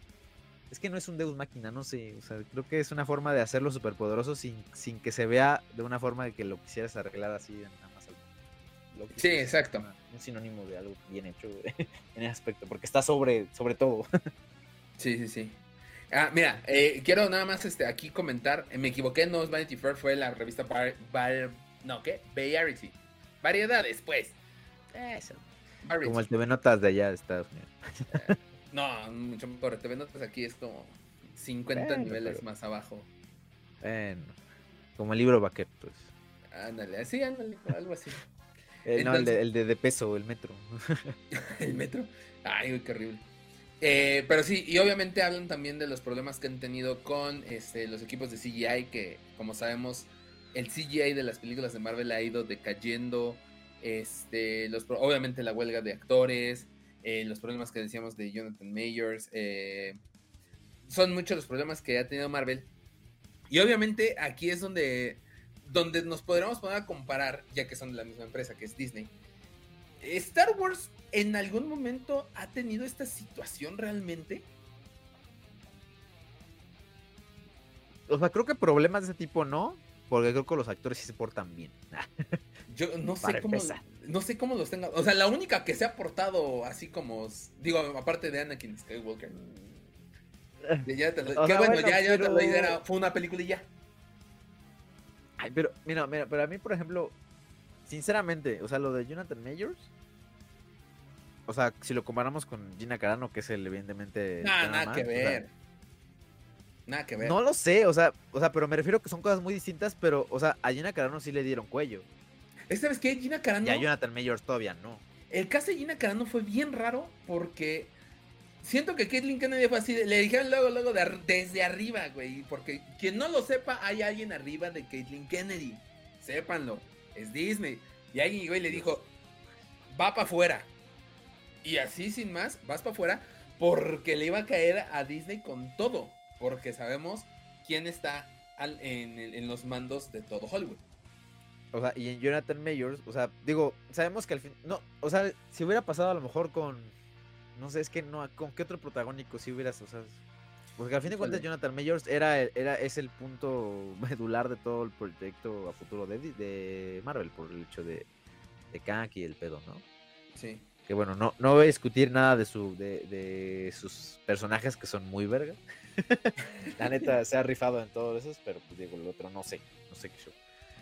Es que no es un Deus Máquina, no sé, o sea, creo que es una forma de hacerlo superpoderoso sin, sin que se vea de una forma de que lo quisieras arreglar así nada más. Lo que sí, exacto. Una, un sinónimo de algo bien hecho en ese aspecto, porque está sobre, sobre todo. Sí, sí, sí. Ah, mira, eh, quiero nada más este, aquí comentar, me equivoqué, no es Vanity Fair, fue la revista Bar, Bar, no, ¿qué? Variety. Variedades, pues. Eso. Variety. Como el T V Notas de allá de Estados Unidos. Eh, No, mucho mejor. T V Notas aquí es como cincuenta bueno, niveles pero... más abajo. Bueno, como el libro vaquero, pues. Ándale, así, ándale, algo así. eh, Entonces... No, el de, el de, de peso, el metro. ¿El metro? Ay, qué horrible. Eh, pero sí, y obviamente hablan también de los problemas que han tenido con este, los equipos de C G I, que como sabemos, el C G I de las películas de Marvel ha ido decayendo. Este, los, obviamente la huelga de actores. Eh, los problemas que decíamos de Jonathan Majors, eh, son muchos los problemas que ha tenido Marvel. Y obviamente aquí es donde donde nos podríamos poner a comparar, ya que son de la misma empresa, que es Disney. ¿Star Wars en algún momento ha tenido esta situación realmente? O sea, creo que problemas de ese tipo no, porque creo que los actores sí se portan bien. Yo no sé Para cómo, empezar. no sé cómo los tenga. O sea, la única que se ha portado así como, digo, aparte de Anakin Skywalker. de ya te lo- O que sea, bueno, bueno, ya, ya te pero- lo dije, era- fue una película y ya. Ay, pero, mira, mira, pero a mí, por ejemplo, sinceramente, o sea, lo de Jonathan Majors, o sea, si lo comparamos con Gina Carano, que es el, evidentemente, el Nada, tema nada más, que o sea, ver. Nada que ver. no lo sé, o sea, o sea, pero me refiero que son cosas muy distintas, pero, o sea, a Gina Carano sí le dieron cuello. ¿Sabes qué? Gina Carano. Y a Jonathan Majors todavía no. El caso de Gina Carano fue bien raro porque siento que Caitlyn Kennedy fue así, de- le dijeron luego, luego de ar- desde arriba, güey, porque quien no lo sepa, hay alguien arriba de Caitlyn Kennedy, sépanlo, es Disney, y alguien llegó y le dijo, va para afuera, y así sin más, vas para afuera, porque le iba a caer a Disney con todo, porque sabemos quién está al- en, el- en los mandos de todo Hollywood. O sea, y en Jonathan Majors, o sea, digo, sabemos que al fin, no, o sea, si hubiera pasado a lo mejor con, no sé, es que no, con qué otro protagónico si hubieras, o sea, porque al fin de cuentas Híjole. Jonathan Majors era, el- era, es el punto medular de todo el proyecto a futuro de, Di- de Marvel, por el hecho de, de Kang y el pedo, ¿no? Sí. Que bueno, no, no voy a discutir nada de su, de, de sus personajes que son muy verga. La neta se ha rifado en todos esos, pero pues digo, el otro no sé, no sé qué show.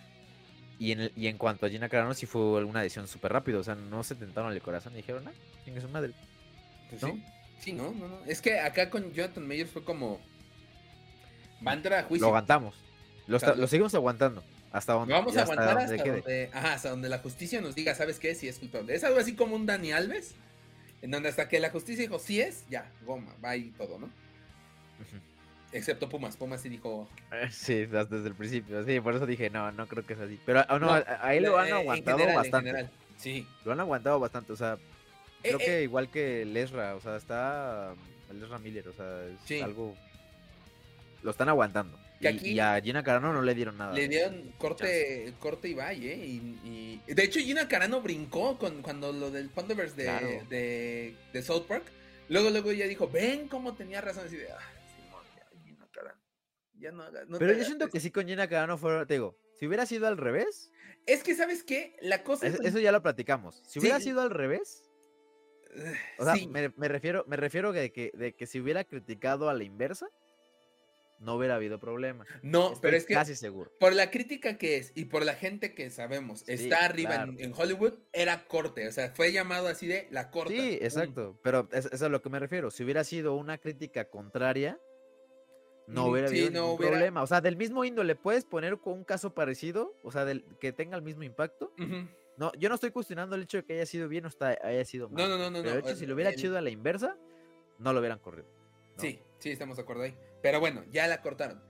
Y en, el- y en cuanto a Gina Carano, sí fue una decisión súper rápido. O sea, no se tentaron el corazón y dijeron, ah, chingue su madre. Pues ¿No? sí. Sí, no, no, no. Es que acá con Jonathan Majors fue como. Va a entrar a Lo juicio. aguantamos. Lo, O sea, esta- lo- lo seguimos aguantando. Hasta donde, Lo vamos a hasta aguantar donde hasta quede. donde, ajá, hasta donde la justicia nos diga, ¿sabes qué? Si es culpable. Es algo así como un Dani Alves, en donde hasta que la justicia dijo, sí es, ya, goma, va y todo, ¿no? Ujú. Excepto Pumas. Pumas sí dijo. Eh, Sí, hasta desde el principio. Sí, por eso dije, no, no creo que es así. Pero ah, no, No, a- ahí lo la- han eh, en aguantado general, en bastante. general. Sí. Lo han aguantado bastante. O sea, Eh, creo eh, que igual que el Ezra. O sea, está el Ezra Miller. O sea, es Sí. algo. Lo están aguantando. Que Y, aquí y a Gina Carano no le dieron nada. le de- dieron corte, corte y bye, ¿eh? Y, y- de hecho, Gina Carano brincó con, cuando lo del Thunderverse de, Claro. de, de South Park. Luego, luego ella dijo, ven cómo tenía razón. Así de, ah, Simón, ya, Gina Carano. Ya no hagas. No Pero te yo hagas siento esto". que sí con Gina Carano fue, te digo, si hubiera sido al revés, Es que, ¿sabes qué? La cosa es- con- eso ya lo platicamos. Si Sí. hubiera sido al revés, o sea, sí, me, me refiero, me refiero de que, de que si hubiera criticado a la inversa, no hubiera habido problema. no, Estoy pero es que casi seguro. por la crítica que es y por la gente que sabemos Sí, está arriba claro. en, en Hollywood, era corte. O sea, fue llamado así de la corta. Sí, punto. exacto. Pero es, es a lo que me refiero. Si hubiera sido una crítica contraria, no Mm, hubiera sí, habido no ningún hubiera- problema. O sea, del mismo índole, puedes poner con un caso parecido, o sea, del, que tenga el mismo impacto. Ujú. No, yo no estoy cuestionando el hecho de que haya sido bien o está, haya sido mal. No, no, no, no. Pero no. de hecho, si lo hubiera En- hecho a la inversa, no lo hubieran corrido. ¿no? Sí, sí, estamos de acuerdo ahí. Pero bueno, ya la cortaron.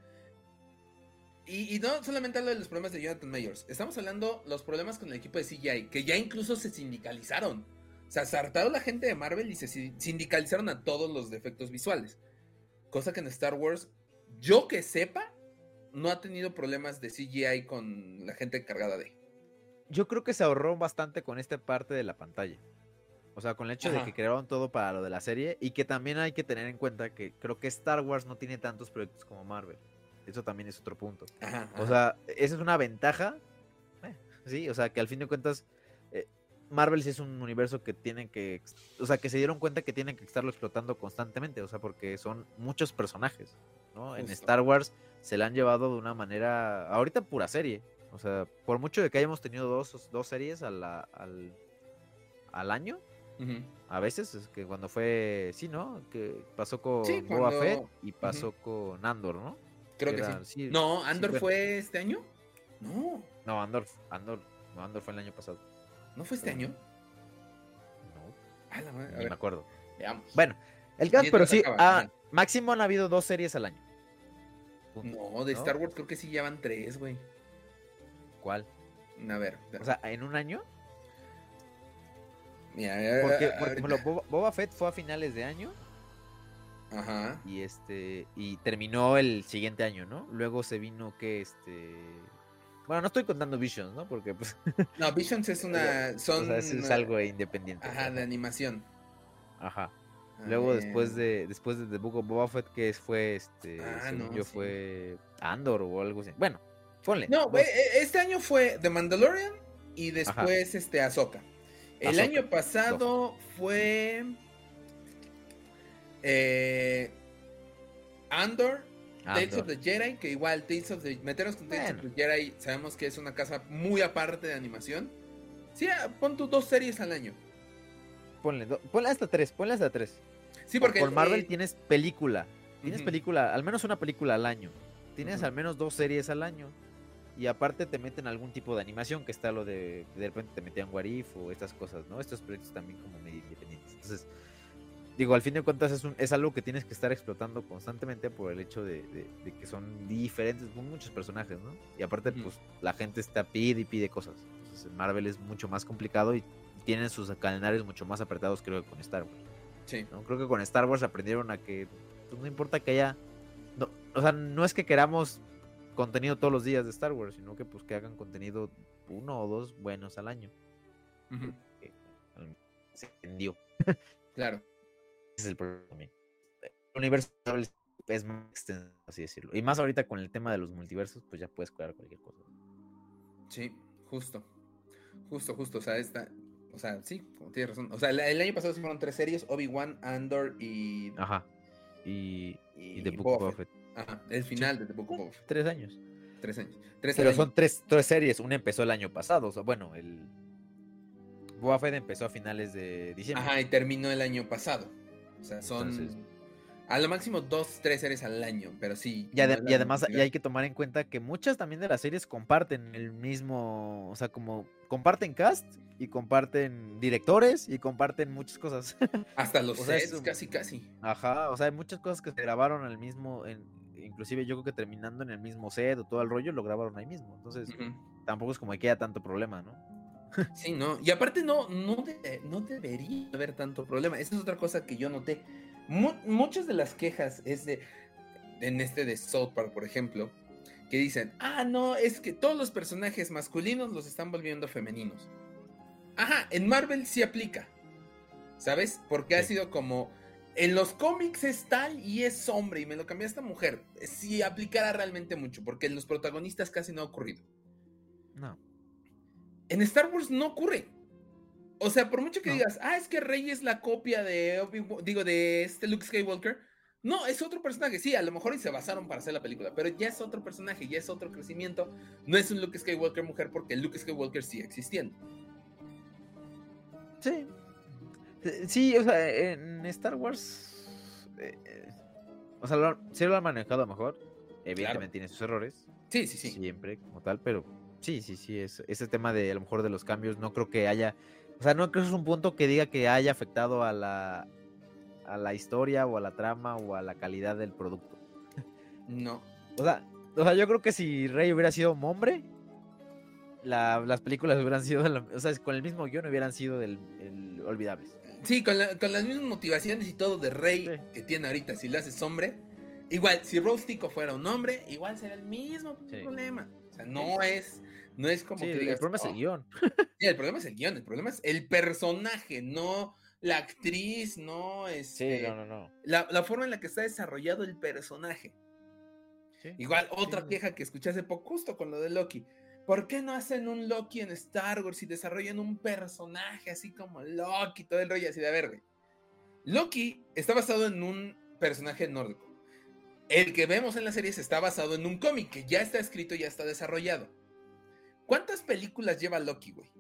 Y, y no solamente hablo de los problemas de Jonathan Majors. Estamos hablando de los problemas con el equipo de C G I, que ya incluso se sindicalizaron. O sea, se hartaron la gente de Marvel y se si- sindicalizaron a todos los defectos visuales. Cosa que en Star Wars, yo que sepa, no ha tenido problemas de C G I con la gente encargada de. Yo creo que se ahorró bastante con esta parte de la pantalla. O sea, con el hecho Ajá. de que crearon todo para lo de la serie y que también hay que tener en cuenta que creo que Star Wars no tiene tantos proyectos como Marvel. Eso también es otro punto. Ajá, O ajá. sea, esa es una ventaja. eh, sí, o sea, que al fin de cuentas eh, Marvel sí es un universo que tienen que, ex- o sea, que se dieron cuenta que tienen que estarlo explotando constantemente, o sea, porque son muchos personajes, ¿no? En Justo. Star Wars se la han llevado de una manera, ahorita pura serie, o sea, por mucho de que hayamos tenido dos, dos series a la- al, al año, Ujú. a veces, es que cuando fue, sí, ¿no? Que pasó con Sí, Boba cuando- Fett y pasó con Andor, ¿no? Creo que Era- sí. sí, No, sí, Andor bueno. fue este año. No, No, Andor, Andor, no, Andor fue el año pasado. no fue este año. No, A la madre, a ni ver, me acuerdo. veamos. Bueno, el caso, Mientras pero sí, acaba, ah, ajá. máximo han habido dos series al año. Punto. No, de ¿no? Star Wars creo que sí llevan tres, güey. ¿Cuál? A ver. O sea, en un año. mira, eh, Porque, ahorita. por ejemplo, Boba, Boba Fett fue a finales de año Ajá. y este y terminó el siguiente año, ¿no? Luego se vino que este Bueno, no estoy contando Visions, ¿no? Porque pues... No, Visions es una... Son... O sea, es, es algo independiente. Ajá, de animación. Ajá. A Luego ver. después de después de The Book of Boba Fett, que fue, este, Ah, según no, yo, sí. fue Andor o algo así. Bueno, ponle. No, dos. e- e- este año fue The Mandalorian y Ajá. después este Ahsoka. El Ahsoka, año pasado fue eh, Andor, Tales of Andor. the Jedi, que igual Tales of the meternos con Tales Bueno. of the Jedi, sabemos que es una casa muy aparte de animación. Sí, ah, pon tus dos series al año. Ponle, do- ponle hasta tres, ponle hasta tres. Sí, porque Con Marvel eh, tienes película. Tienes ujú, película, al menos una película al año. Tienes ujú. al menos dos series al año. Y aparte te meten algún tipo de animación, que está lo de, de repente te metían What If o estas cosas, ¿no? Estos proyectos también como medio independientes. Entonces, digo, al fin de cuentas es, un, es algo que tienes que estar explotando constantemente por el hecho de, de, de que son diferentes, son muchos personajes, ¿no? Y aparte, Ujú. pues la gente está pide y pide cosas. Entonces, en Marvel es mucho más complicado y tienen sus calendarios mucho más apretados, creo que con Star Wars. Sí. ¿No? Creo que con Star Wars aprendieron a que pues, no importa que haya. No, o sea, no es que queramos contenido todos los días de Star Wars, sino que pues que hagan contenido uno o dos buenos al año. Ujú. Que, um, se entendió. Claro. Ese es el problema también. El universo es más extenso, así decirlo. Y más ahorita con el tema de los multiversos, pues ya puedes crear cualquier cosa. Sí, justo. Justo, justo. O sea, esta. O sea, sí, como tienes razón. O sea, el, el año pasado sí fueron tres series: Obi-Wan, Andor y. Ajá. Y, y The Y Book of Boba Boba Fett. Fett. Ajá, el Sí. final de The Book of Boba Fett. Tres años. Tres años. Tres al Pero año. son tres, tres series. Una empezó el año pasado. O sea, bueno, el Boba Fett empezó a finales de diciembre. Ajá, y terminó el año pasado. O sea, son. Entonces, A lo máximo dos, tres series al año, pero sí. y, no ade- es y la además cantidad. y hay que tomar en cuenta que muchas también de las series comparten el mismo, o sea, como comparten cast y comparten directores y comparten muchas cosas. Hasta los O sea, sets, es- casi, casi. Ajá, o sea, hay muchas cosas que se grabaron al mismo, en, inclusive yo creo que terminando en el mismo set o todo el rollo lo grabaron ahí mismo. Entonces, Ujú. tampoco es como que haya tanto problema, ¿no? Sí, no. Y aparte, no, no, de- no debería haber tanto problema. Esa es otra cosa que yo noté. Mu- muchas de las quejas es de. En este de South Park, por ejemplo, que dicen: ah, no, es que todos los personajes masculinos los están volviendo femeninos. Ajá, en Marvel sí aplica. ¿Sabes? Porque ha Sí. sido como. En los cómics es tal y es hombre y me lo cambiaste a mujer. Sí aplicará realmente mucho, porque en los protagonistas casi no ha ocurrido. No. En Star Wars no ocurre. O sea, por mucho que No. digas, ah, es que Rey es la copia de Obi- digo, de este Luke Skywalker. No, es otro personaje. Sí, a lo mejor y se basaron para hacer la película, pero ya es otro personaje, ya es otro crecimiento. No es un Luke Skywalker mujer porque Luke Skywalker sigue existiendo. Sí. Eh, Sí, o sea, en Star Wars. eh, eh, o sea, lo, sí lo han manejado mejor. Evidentemente Claro. tiene sus errores. Sí, sí, sí. Siempre, como tal, pero sí, sí, sí. Es, ese tema de a lo mejor de los cambios, no creo que haya. O sea, no creo que es un punto que diga que haya afectado a la, a la historia o a la trama o a la calidad del producto. No. O sea, o sea yo creo que si Rey hubiera sido un hombre, la- las películas hubieran sido, de la- o sea, con el mismo guión hubieran sido del, el- olvidables. Sí, con, la- con las mismas motivaciones y todo de Rey Sí. que tiene ahorita, si lo haces hombre. Igual, si Rose Tico fuera un hombre, igual será el mismo Sí. problema. O sea, no es, no es como Sí, que el, digas, el problema es el "Oh". guión. Sí, el problema es el guión, el problema es el personaje, no la actriz, no Sí, este, no, no, no. la, la forma en la que está desarrollado el personaje. Sí, Igual, otra sí, sí. queja que escuché hace poco, justo con lo de Loki. ¿Por qué no hacen un Loki en Star Wars y desarrollan un personaje así como Loki, todo el rollo así de a ver, güey? Loki está basado en un personaje nórdico. El que vemos en las series está basado en un cómic que ya está escrito y ya está desarrollado. ¿Cuántas películas lleva Loki, güey?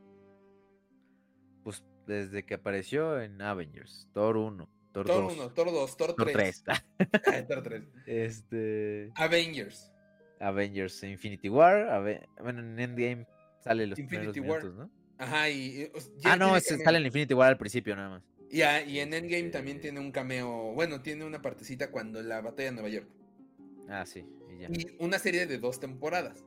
Pues desde que apareció en Avengers, Thor uno, Thor Thor dos, uno, Thor dos, Thor Thor tres. tres. Thor tres. Este. Avengers. Avengers Infinity War. Ave- bueno, en Endgame sale los Infinity primeros War. minutos, ¿no? Ajá, y... y, o sea, Ah, ya no, tiene ese cameo. sale en Infinity War al principio nada más. Y, a- y en Este- Endgame también tiene un cameo. Bueno, tiene una partecita cuando la batalla de Nueva York. Ah, sí, y ya. Y una serie de dos temporadas.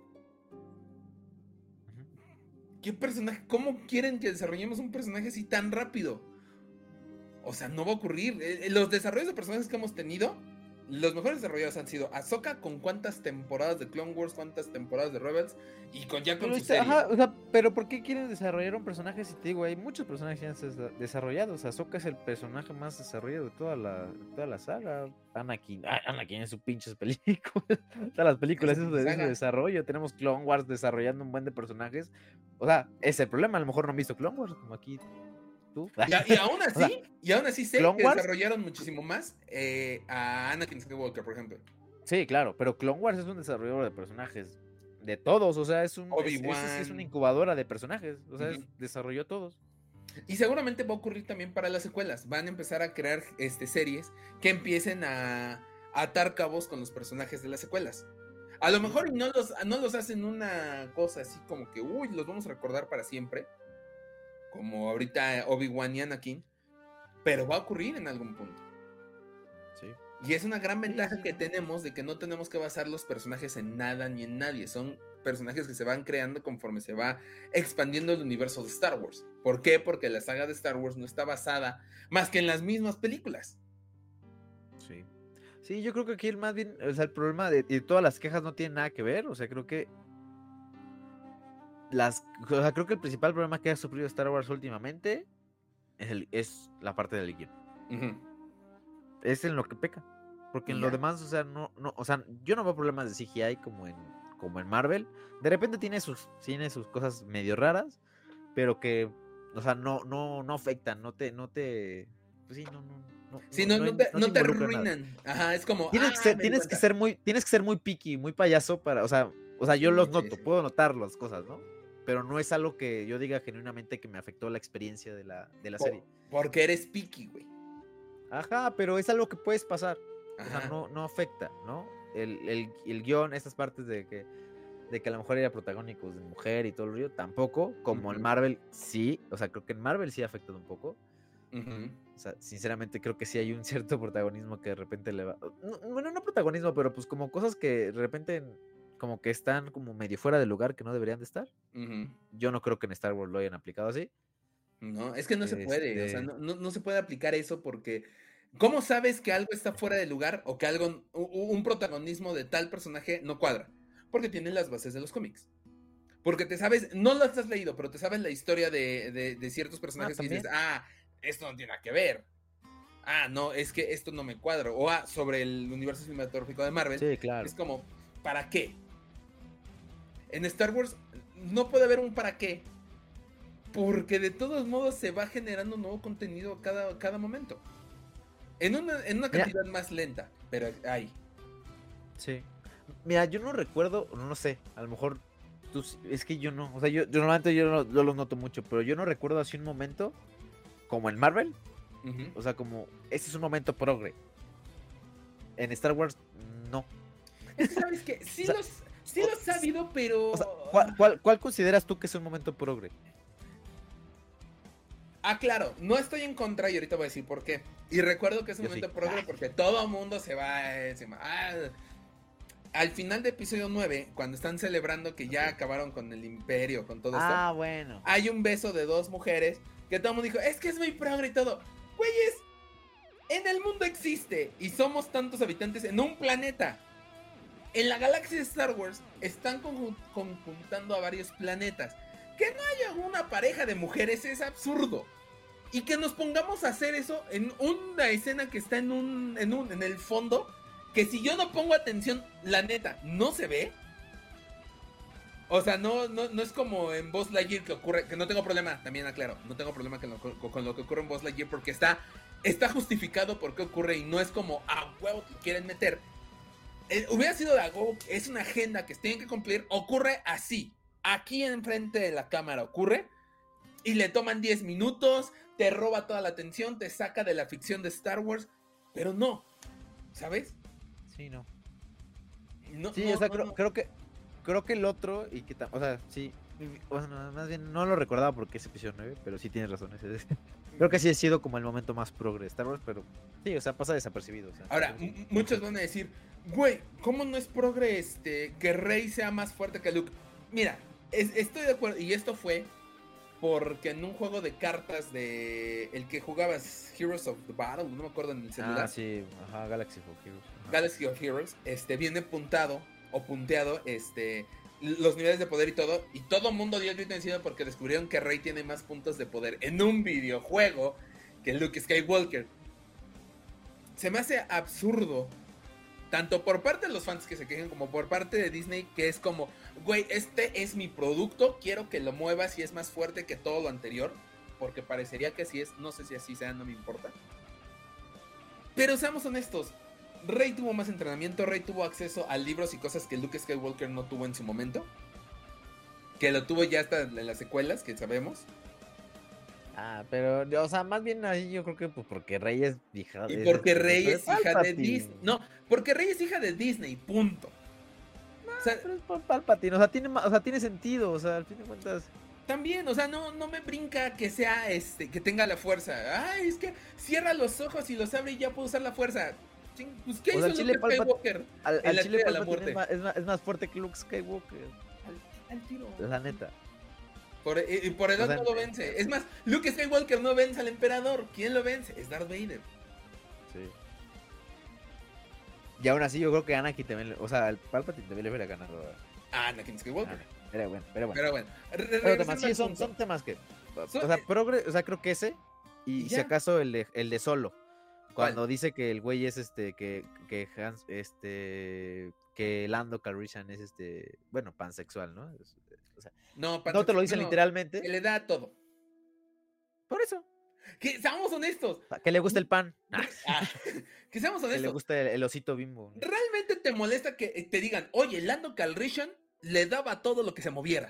Ujú. ¿Qué personaje? ¿Cómo quieren que desarrollemos un personaje así tan rápido? O sea, no va a ocurrir. Eh, eh, Los desarrollos de personajes que hemos tenido los mejores desarrollados han sido Ahsoka con cuántas temporadas de Clone Wars, cuántas temporadas de Rebels y con ya con Pero, su está- serie. ajá, o sea, pero ¿por qué quieren desarrollar un personaje si te digo, hay muchos personajes ya des- desarrollados? Ahsoka es el personaje más desarrollado de toda la, de toda la saga. Anakin, ah, Anakin en sus pinches películas. Todas las películas Esa eso de, de su saga. desarrollo. Tenemos Clone Wars desarrollando un buen de personajes. O sea, ese es el problema. A lo mejor no han visto Clone Wars, como aquí tú. Y, a- y aún O sea, así, y aún así sé Clone que Wars. desarrollaron muchísimo más eh, a Anakin Skywalker, por ejemplo. Sí, claro, pero Clone Wars es un desarrollador de personajes. De todos, o sea, es un. Es, ese sí es una Obi-Wan. incubadora de personajes. O sea, es- Ujú. desarrolló todos. Y seguramente va a ocurrir también para las secuelas. Van a empezar a crear este, series que empiecen a, a atar cabos con los personajes de las secuelas. A lo mejor no los, no los hacen una cosa así como que, uy, los vamos a recordar para siempre. Como ahorita Obi-Wan y Anakin. Pero va a ocurrir en algún punto. Sí. Y es una gran ventaja sí. que tenemos de que no tenemos que basar los personajes en nada ni en nadie. Son personajes que se van creando conforme se va expandiendo el universo de Star Wars. ¿Por qué? Porque la saga de Star Wars no está basada más que en las mismas películas. Sí. Sí, yo creo que aquí el más bien, o sea, el problema de, de todas las quejas no tiene nada que ver, o sea, creo que las, o sea, creo que el principal problema que ha sufrido Star Wars últimamente es, el, es la parte del guión. Uh-huh. Es en lo que peca, porque en Y lo ya. demás, o sea, no, no, o sea, yo no veo problemas de C G I como en, como en Marvel. De repente tiene sus, tiene sus cosas medio raras, pero que, o sea, no, no, no afectan, no te, no te, pues sí, no, no, no, Sí, no, no, no, te, no no te involucra nada. arruinan. Ajá, es como. Tienes ah, que ser, me di tienes que cuenta. ser muy, tienes que ser muy picky, muy payaso para, o sea, o sea, yo Sí, los sí, noto, sí. puedo notar las cosas, ¿no? Pero no es algo que yo diga genuinamente que me afectó la experiencia de la, de la Por- serie. porque eres picky, güey. Ajá, pero es algo que puedes pasar. O sea, Ajá. no, no afecta, ¿no? El, el, el guión, estas partes de que, de que a lo mejor era protagónicos de mujer y todo el rollo, tampoco. Como en Ujú. Marvel, sí. O sea, creo que en Marvel sí ha afectado un poco. Ujú. O sea, sinceramente creo que sí hay un cierto protagonismo que de repente le va... no- bueno, no protagonismo, pero pues como cosas que de repente como que están como medio fuera de lugar que no deberían de estar. Ujú. Yo no creo que en Star Wars lo hayan aplicado así. No, es que no se puede, o sea, Este, no, no, no se puede aplicar eso porque ¿cómo sabes que algo está fuera de lugar o que algo, u- u- un protagonismo de tal personaje no cuadra? Porque tiene las bases de los cómics. Porque te sabes, no lo has leído, pero te sabes la historia de, de- de ciertos ah, personajes y dices, también. ah, esto no tiene nada que ver. Ah, no, es que esto no me cuadra. O ah, sobre el universo cinematográfico de Marvel, Sí, claro. es como, ¿para qué? En Star Wars no puede haber un para qué. Porque de todos modos se va generando nuevo contenido cada, cada momento. En una, en una Mira. cantidad más lenta, pero hay. Sí. Mira, yo no recuerdo, no sé, a lo mejor tú, sí- es que yo no, o sea, yo, yo normalmente yo no, yo los noto mucho, pero yo no recuerdo así un momento como en Marvel, Ujú. o sea, como, este es un momento progre. En Star Wars, no. Es que sabes que sí, O sea, los, sí o- lo he sabido, pero. O sea, ¿cuál, cuál, cuál consideras tú que es un momento progre? Ah, claro, no estoy en contra y ahorita voy a decir por qué. Y recuerdo que es un Yo sí. momento progre porque todo el mundo se va encima. Ah, al final de episodio nueve, cuando están celebrando que ya Ok. acabaron con el imperio, con todo Ah, esto, bueno. hay un beso de dos mujeres que todo el mundo dijo, es que es muy progre y todo. Güeyes, en el mundo existe y somos tantos habitantes en un planeta. En la galaxia de Star Wars están conjun- conjuntando a varios planetas. Que no haya una pareja de mujeres es absurdo. Y que nos pongamos a hacer eso en una escena que está en un, en un, en el fondo, que si yo no pongo atención, la neta, no se ve. O sea, no, no, no es como en Buzz Lightyear que ocurre, que no tengo problema, también aclaro, no tengo problema con lo, con, con lo que ocurre en Buzz Lightyear porque está, está justificado por qué ocurre y no es como a huevo que quieren meter. Eh, hubiera sido de a huevo, es una agenda que tienen que cumplir, ocurre así, aquí enfrente de la cámara ocurre y le toman diez minutos, te roba toda la atención, te saca de la ficción de Star Wars, pero no, ¿sabes? Sí, no. No, Sí, no, o sea, no, creo, no. creo que creo que el otro, y que tam- o sea, sí, o sea, no, más bien no lo recordaba porque es episodio nueve, pero sí tienes razón. ese es- Creo que sí ha sido como el momento más progre de Star Wars, pero sí, o sea, pasa desapercibido. O sea, Ahora, sí. m- muchos van a decir, güey, ¿cómo no es progre este, que Rey sea más fuerte que Luke? Mira, es- estoy de acuerdo, y esto fue porque en un juego de cartas de el que jugabas Heroes of the Battle, no me acuerdo en el celular. Ah, sí, ajá, Galaxy of Heroes. Ajá. Galaxy of Heroes, este, viene puntado o punteado, este, los niveles de poder y todo, y todo mundo dio el grito encima porque descubrieron que Rey tiene más puntos de poder en un videojuego que Luke Skywalker. Se me hace absurdo, tanto por parte de los fans que se quejan como por parte de Disney, que es como, güey, este es mi producto, quiero que lo muevas y es más fuerte que todo lo anterior, porque parecería que así es, no sé si así sea, no me importa. Pero seamos honestos, Rey tuvo más entrenamiento, Rey tuvo acceso a libros y cosas que Luke Skywalker no tuvo en su momento, que lo tuvo ya hasta en las secuelas, que sabemos. Ah, pero, o sea, más bien ahí yo creo que pues porque Rey es hija Y es porque este, Rey pero es hija de Palpatine. Disney. No, porque Rey es hija de Disney, punto. No, o sea, pero es por Palpatine, o sea, tiene, ma- o sea, tiene sentido, o sea, al fin de cuentas. también, o sea, no, no me brinca que sea este, que tenga la fuerza. Ay, es que cierra los ojos y los abre y ya puede usar la fuerza. Ching, pues, ¿qué O hizo sea, Chile Luke Palpat- Skywalker Al, en al la Chile Estrella de la Palpatine Muerte? es más, es, más, es más fuerte que Luke Skywalker, Al, al tiro. la neta. Por, y, y por edad O sea, no lo vence. Es más, Luke Skywalker no vence al emperador. ¿Quién lo vence? Es Darth Vader. Sí. Y aún así yo creo que Anakin también, le- o sea, el Palpatine también le hubiera ganado. Ah, Anakin Skywalker. Ah, pero bueno, pero bueno. Pero bueno, re- Pero regresando temas, al sí, son, punto. son temas que, Son- o sea, progre, o sea, creo que ese, y, ¿Y si ya? acaso el de, el de Solo, cuando ¿Cuál? dice que el güey es este, que, que Hans, este, que Lando Calrissian es este, bueno, pansexual, ¿no? Es- o sea, No, no te lo dicen no, literalmente, que le da todo. por eso, Que seamos honestos. o sea, que le gusta el pan, ah, Ah, que seamos que le honestos. gusta el, el osito Bimbo, ¿no? ¿Realmente te molesta que te digan, oye, Lando Calrissian le daba todo lo que se moviera?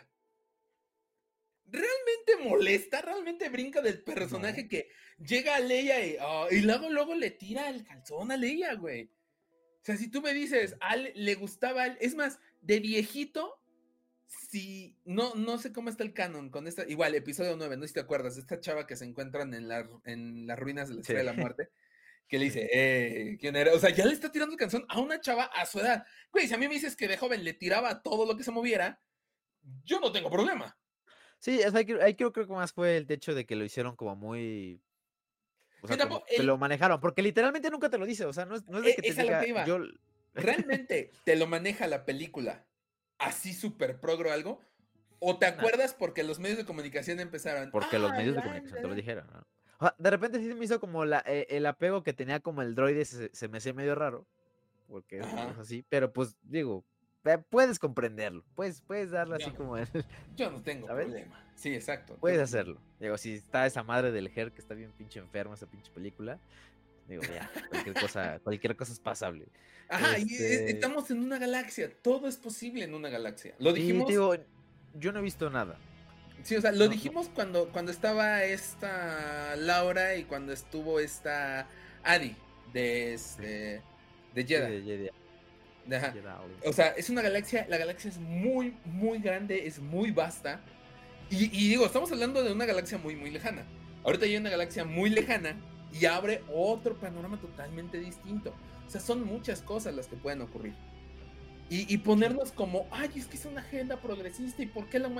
¿Realmente molesta? ¿Realmente brinca del personaje No. que llega a Leia y, oh, y luego, luego le tira el calzón a Leia, güey? O sea, si tú me dices, a él le gustaba, a él- es más, de viejito, si, no, no sé cómo está el canon con esta, igual, episodio nueve, no sé si te acuerdas, esta chava que se encuentran en, la, en las ruinas de la Estrella de la Sí. Muerte, que le dice, eh, ¿quién era? O sea, ya le está tirando el calzón a una chava a su edad. Güey, si a mí me dices que de joven le tiraba todo lo que se moviera, yo no tengo problema. Sí, o sea, ahí creo, ahí creo, creo que más fue el hecho de que lo hicieron como muy, o Que sea, como tampoco, que el, lo manejaron, porque literalmente nunca te lo dice, o sea, no es, no es de e- que te es a lo que diga, iba. yo, ¿Realmente te lo maneja la película así súper progro algo? ¿O te no, acuerdas porque los medios de comunicación empezaron? porque los Ah, medios de la- comunicación te lo la- dijeron, ¿no? O sea, de repente sí se me hizo como la, eh, el apego que tenía como el droide, se, se me hacía medio raro, porque es, Ajá. es así, pero pues digo, eh, puedes comprenderlo, puedes, puedes darle así Yo, como el, yo no tengo ¿sabes? problema. Sí, exacto. Puedes Yo- hacerlo. Digo, si está esa madre del Her que está bien pinche enferma esa pinche película, digo, ya, cualquier cosa, cualquier cosa es pasable. Ajá, y es- Este, estamos en una galaxia. Todo es posible en una galaxia. Lo y te dijimos. digo, yo no he visto nada. Sí, o sea, lo No, no. dijimos cuando, cuando estaba esta Laura y cuando estuvo esta Adi de este de Sí, Jedha. de Jedi- De- ajá. Jedi Order. O sea, es una galaxia, la galaxia es muy, muy grande, es muy vasta. Y, y digo, estamos hablando de una galaxia muy, muy lejana. Ahorita hay una galaxia muy lejana y abre otro panorama totalmente distinto. O sea, son muchas cosas las que pueden ocurrir. Y, y ponernos como, ay, es que es una agenda progresista y por qué la... mue-?"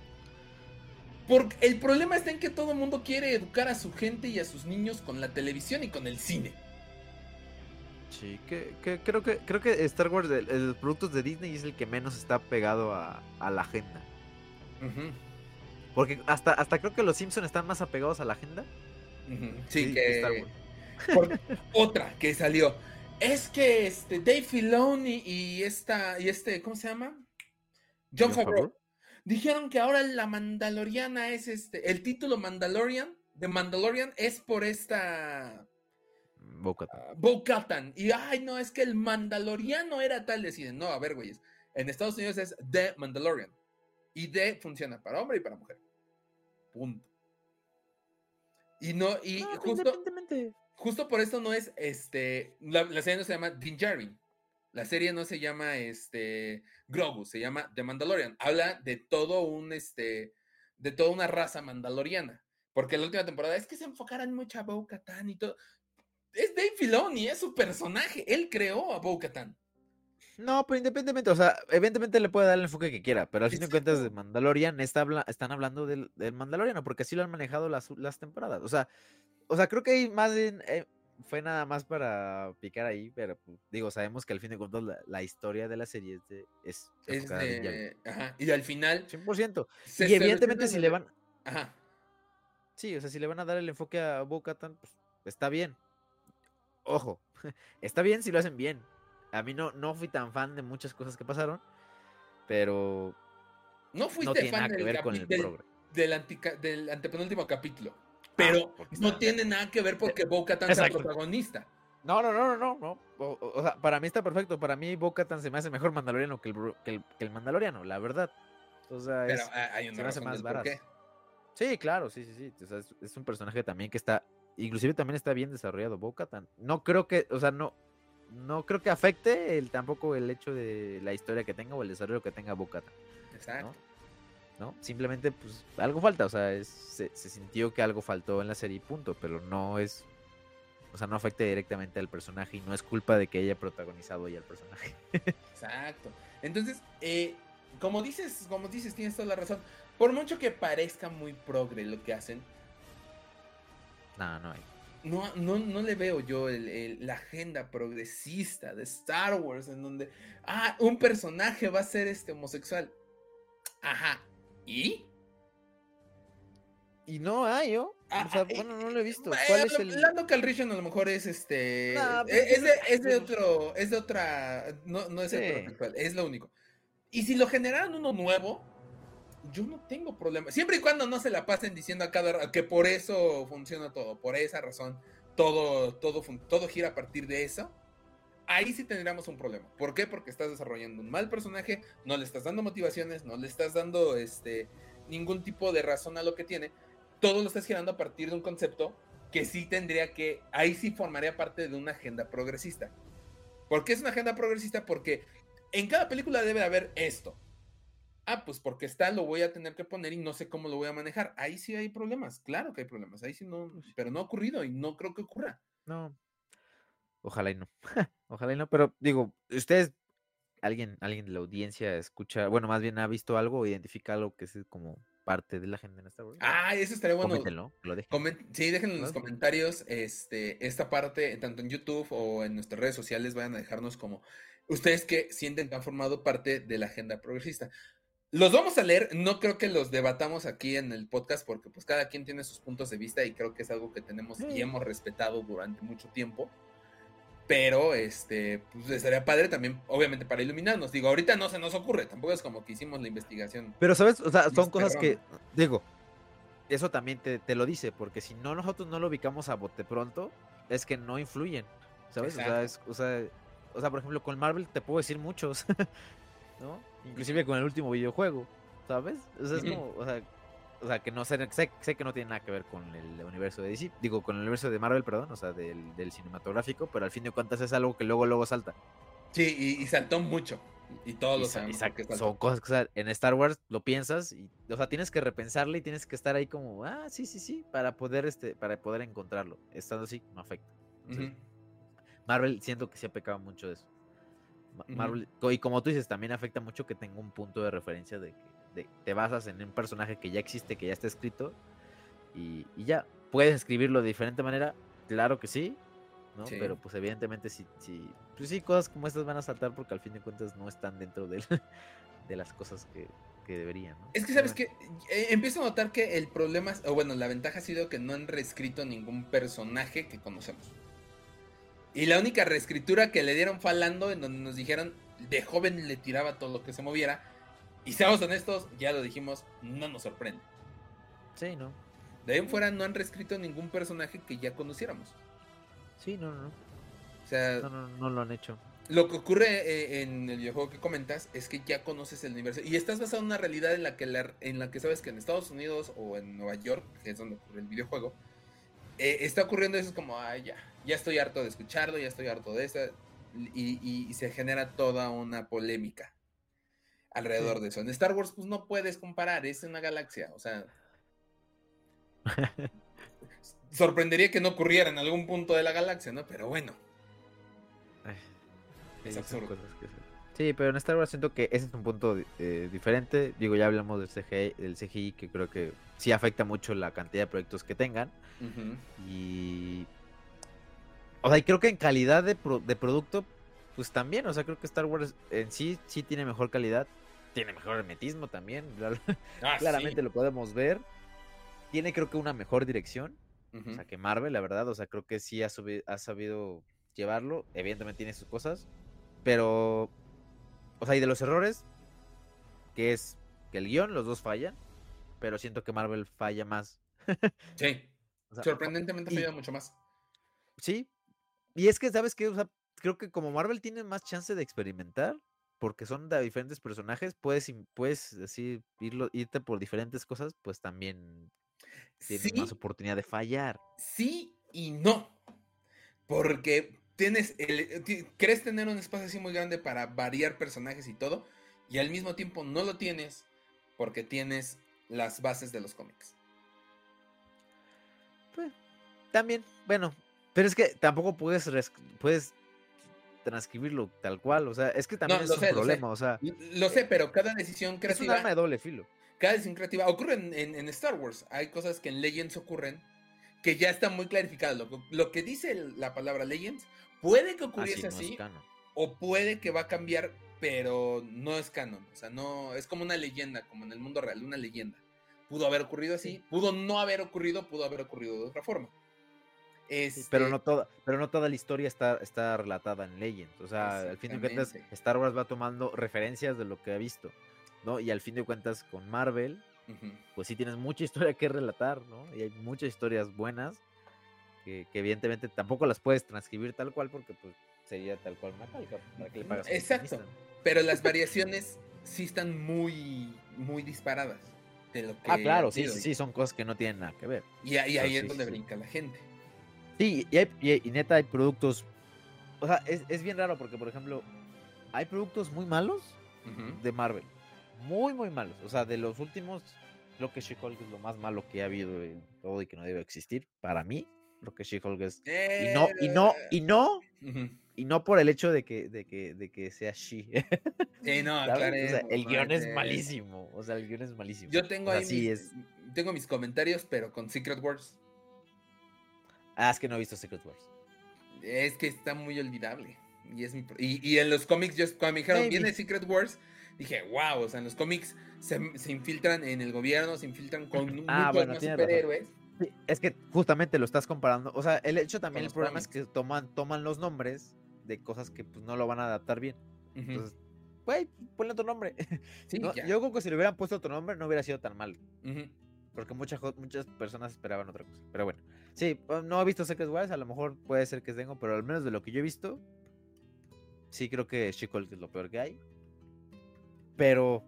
Porque el problema está en que todo el mundo quiere educar a su gente y a sus niños con la televisión y con el cine. Sí, que, que creo que creo que Star Wars, de, de los productos de Disney, es el que menos está pegado a, a la agenda. Ujú, Porque hasta, hasta creo que los Simpsons están más apegados a la agenda. ujú. Sí, Sí, que... Star Wars. Por- otra que salió. Es que este Dave Filoni y esta y este, ¿cómo se llama? John Jon Favreau. Favreau. Dijeron que ahora la Mandaloriana es este, el título Mandalorian de Mandalorian es por esta Bo-Katan. uh, Bo-Katan. Y ay, no, es que el Mandaloriano era tal, deciden. No, a ver, güeyes. En Estados Unidos es The Mandalorian. Y The funciona para hombre y para mujer. Punto. Y no, y No, justo, independientemente. justo por esto no es este. La, la serie no se llama Din Djarin. La serie no se llama este Grogu, se llama The Mandalorian. Habla de todo un este. De toda una raza mandaloriana. Porque la última temporada es que se enfocaran mucho a Bo-Katan y todo. Es Dave Filoni, es su personaje. Él creó a Bo-Katan. No, pero independientemente, o sea, evidentemente le puede dar el enfoque que quiera, pero al fin de cuentas de Exacto. Mandalorian está habla- están hablando del, del Mandaloriano, porque así lo han manejado las, las temporadas. O sea, o sea, creo que hay más bien, eh, fue nada más para picar ahí, pero pues, digo, sabemos que al fin de cuentas la, la historia de la serie es, de- es Es enfocada a Din Djarin, de. Ajá. Y al final cien por ciento. se Y soluciona evidentemente si lo le de. van, Ajá. sí, o sea, si le van a dar el enfoque a Bo-Katan, pues está bien. Ojo, está bien si lo hacen bien. A mí no, no fui tan fan de muchas cosas que pasaron, pero No no fuiste tiene fan nada que del, ver con capi- el del, progre. del, antica- del antepenúltimo capítulo. Ah, Pero porque no está. tiene nada que ver porque Bo-Katan sea Exacto. protagonista. No, no, no, no, no, no. O, o- o sea, para mí está perfecto. Para mí Bo-Katan se me hace mejor Mandaloriano que el, bro- que el, que el Mandaloriano, la verdad. O sea, Pero es, ah, hay se una me hace razón más del por qué. varas. Sí, claro, sí, sí, sí. O sea, es, es un personaje también que está, inclusive también está bien desarrollado Bo-Katan. No creo que, o sea, no, no creo que afecte el, tampoco el hecho de la historia que tenga o el desarrollo que tenga Bo-Katan, ¿no? Exacto. ¿No? Simplemente, pues, algo falta, o sea, es- se, se sintió que algo faltó en la serie, punto, pero no es, o sea, no afecta directamente al personaje y no es culpa de que haya protagonizado ya el personaje. Exacto. Entonces, eh, como dices, como dices, tienes toda la razón. Por mucho que parezca muy progre lo que hacen, No, no hay. no, no, no le veo yo el- el- la agenda progresista de Star Wars en donde, ah, un personaje va a ser este homosexual. Ajá. ¿Y? Y no hay, ¿yo? Ah, O sea, ah, eh, bueno, no lo he visto. eh, ¿Cuál a es lo- el...? Lando Calrissian a lo mejor es este. No, eh, pero yo Es no... de, ay, es de pero... otro. Es de otra. No, no es Sí. heterosexual, es lo único. Y si lo generaran uno nuevo, yo no tengo problema. Siempre y cuando no se la pasen diciendo a cada rato que por eso funciona todo, por esa razón, todo, todo, todo gira a partir de eso. Ahí sí tendríamos un problema. ¿Por qué? Porque estás desarrollando un mal personaje, no le estás dando motivaciones, no le estás dando este, ningún tipo de razón a lo que tiene. Todo lo estás girando a partir de un concepto que sí tendría que, ahí sí formaría parte de una agenda progresista. ¿Por qué es una agenda progresista? Porque en cada película debe haber esto. Ah, pues porque está, lo voy a tener que poner y no sé cómo lo voy a manejar. Ahí sí hay problemas, claro que hay problemas. Ahí sí no, Pues, pero no ha ocurrido y no creo que ocurra. no, ojalá y no. Ojalá y no, pero digo, ustedes, alguien, alguien de la audiencia escucha, bueno, más bien ha visto algo o identifica algo que es como parte de la agenda en Star Wars. Ah, eso estaría bueno. Coméntenlo, que lo dejen. Comen- sí, dejen en los ¿No? comentarios este, esta parte, tanto en YouTube o en nuestras redes sociales, vayan a dejarnos como ustedes que sienten que han formado parte de la agenda progresista. Los vamos a leer, no creo que los debatamos aquí en el podcast porque pues cada quien tiene sus puntos de vista y creo que es algo que tenemos y Sí. hemos respetado durante mucho tiempo. Pero este, pues estaría padre también, obviamente, para iluminarnos. Digo, ahorita no se nos ocurre, tampoco es como que hicimos la investigación Pero, ¿sabes? O sea, más son cosas que, perrona. digo, eso también te, te lo dice, porque si no nosotros no lo ubicamos a bote pronto, es que no influyen, ¿sabes? O sea, Exacto. es, o sea, o sea, por ejemplo, con Marvel te puedo decir muchos, ¿no? Inclusive con el último videojuego, ¿sabes? O sea, es Ujú. como, o sea, o sea que no sé, sé, sé que no tiene nada que ver con el universo de D C, digo, con el universo de Marvel, perdón, o sea, del, del cinematográfico, pero al fin de cuentas es algo que luego, luego salta. Sí, y, y saltó mucho. Y todos Y lo sa- sabemos por exacto, qué saltó. son cosas que, o sea, en Star Wars lo piensas y, o sea, tienes que repensarle y tienes que estar ahí como, ah, sí, sí, sí, para poder, este, para poder encontrarlo. Estando así, no afecta. Entonces, Ujú, Marvel siento que se ha pecado mucho de eso. Ma- ujú. Marvel, co- y como tú dices, también afecta mucho que tenga un punto de referencia de que de- te basas en un personaje que ya existe, que ya está escrito, y, y ya, puedes escribirlo de diferente manera, claro que sí, ¿no? Sí. Pero pues evidentemente sí, sí, pues sí, cosas como estas van a saltar porque al fin de cuentas no están dentro del, de las cosas que, que deberían, ¿no? Es que, Pero ¿sabes bueno, qué? Eh, empiezo a notar que el problema, es- o bueno, la ventaja ha sido que no han reescrito ningún personaje que conocemos. Y la única reescritura que le dieron fue a Lando, en donde nos dijeron, de joven le tiraba todo lo que se moviera. Y seamos honestos, ya lo dijimos, no nos sorprende. sí, ¿no? De ahí en fuera no han reescrito ningún personaje que ya conociéramos. Sí, no, no, no, O sea, no, no, no lo han hecho. lo que ocurre eh, en el videojuego que comentas es que ya conoces el universo y estás basado en una realidad en la que, la- en la que sabes que en Estados Unidos o en Nueva York, que es donde ocurre el videojuego, eh, está ocurriendo eso, es como, ay, ya, ya estoy harto de escucharlo, ya estoy harto de eso, y, y- y se genera toda una polémica alrededor Sí. de eso. En Star Wars, pues no puedes comparar, es una galaxia, o sea, sorprendería que no ocurriera en algún punto de la galaxia, ¿no? Pero bueno, Ay, es sí, son absurdo. cosas que se- Sí, pero en Star Wars siento que ese es un punto eh, diferente. Digo, ya hablamos del C G I, del C G I, que creo que sí afecta mucho la cantidad de proyectos que tengan. Ujú. Y. O sea, y creo que en calidad de, pro- de producto, pues también. O sea, creo que Star Wars en sí sí tiene mejor calidad. Tiene mejor hermetismo también. Ah, sí. Claramente lo podemos ver. Tiene, creo que, una mejor dirección. O Ujú. sea, que Marvel, la verdad. O sea, creo que sí ha, subi- ha sabido llevarlo. Evidentemente tiene sus cosas. Pero. O sea, y de los errores, que es que el guión, los dos fallan, pero siento que Marvel falla más. Sí. O sea, fa- Sorprendentemente ha y fallado mucho más. sí, y es que, ¿sabes qué? O sea, creo que como Marvel tiene más chance de experimentar, porque son de diferentes personajes, puedes, im- puedes así irlo, irte por diferentes cosas, pues también tienes más Sí, oportunidad de fallar. sí y no. Porque tienes el, ti- crees tener un espacio así muy grande para variar personajes y todo, y al mismo tiempo no lo tienes porque tienes las bases de los cómics. Pues, también, bueno, pero es que tampoco puedes, res- puedes transcribirlo tal cual, o sea, es que No, también es lo un sé, lo sé. problema, o sea, L- Lo eh, sé, pero cada decisión es un arma creativa, de doble filo. cada decisión creativa ocurre en, en- en Star Wars. Hay cosas que en Legends ocurren que ya están muy clarificadas. Lo, que- lo que dice el- la palabra Legends puede que Así ocurriese no es así canon. o puede que va a cambiar, pero no es canon. O sea, no es como una leyenda, como en el mundo real, una leyenda. Pudo haber ocurrido Sí. así, pudo no haber ocurrido, pudo haber ocurrido de otra forma. Sí, pero Este, no toda, pero no toda la historia está, está relatada en Legends. O sea, al fin de cuentas, exactamente. Star Wars va tomando referencias de lo que ha visto, ¿no? Y al fin de cuentas, con Marvel, Ujú. pues sí tienes mucha historia que relatar, ¿no? Y hay muchas historias buenas que, que evidentemente tampoco las puedes transcribir tal cual porque pues sería tal cual una calca. ¿Para qué le No, pagas a un exacto. guionista, no? Pero las variaciones sí están muy, muy disparadas de lo Ah, que claro, han sí, sido. sí, sí, son cosas que no tienen nada que ver. Y, ahí- Pero ahí es sí, sí, donde sí. brinca la gente. Sí, y, hay- y- y neta hay productos, o sea, es, es bien raro porque, por ejemplo, hay productos muy malos Ujú. de Marvel. Muy, muy malos. O sea, de los últimos, creo que She-Hulk es lo más malo que ha habido en todo y que no debe existir. Para mí, creo que She-Hulk es. Y Eh, no, y no, y no, ujú. y no por el hecho de que, de que, de que sea She. Sí, no, ¿Sabes? O sea, aclaremos, el ¿no? guión es Este, malísimo. O sea, el guión es malísimo. yo tengo O sea, ahí sí mis, es. tengo mis comentarios, pero con Secret Wars. Ah, es que no he visto Secret Wars. Es que está muy olvidable. Y, es mi pro- y, y en los cómics, yo, cuando me dijeron, Maybe. viene Secret Wars, dije, wow, o sea, en los cómics se, se infiltran en el gobierno, se infiltran con Ah, muchos bueno, más tienes razón. superhéroes Sí, es que justamente lo estás comparando. O sea, el hecho con también, el los problema es cómics. que toman, toman los nombres de cosas que pues no lo van a adaptar bien. Ujú. Entonces, güey, ponle otro nombre. Sí, ¿No? ya. Yo creo que si le hubieran puesto otro nombre no hubiera sido tan mal. Ujú. Porque muchas, jo- muchas personas esperaban otra cosa. Pero bueno. Sí, pues, no he visto Secret Wars, a lo mejor puede ser que tengo, pero al menos de lo que yo he visto, sí creo que She-Hulk es lo peor que hay. Pero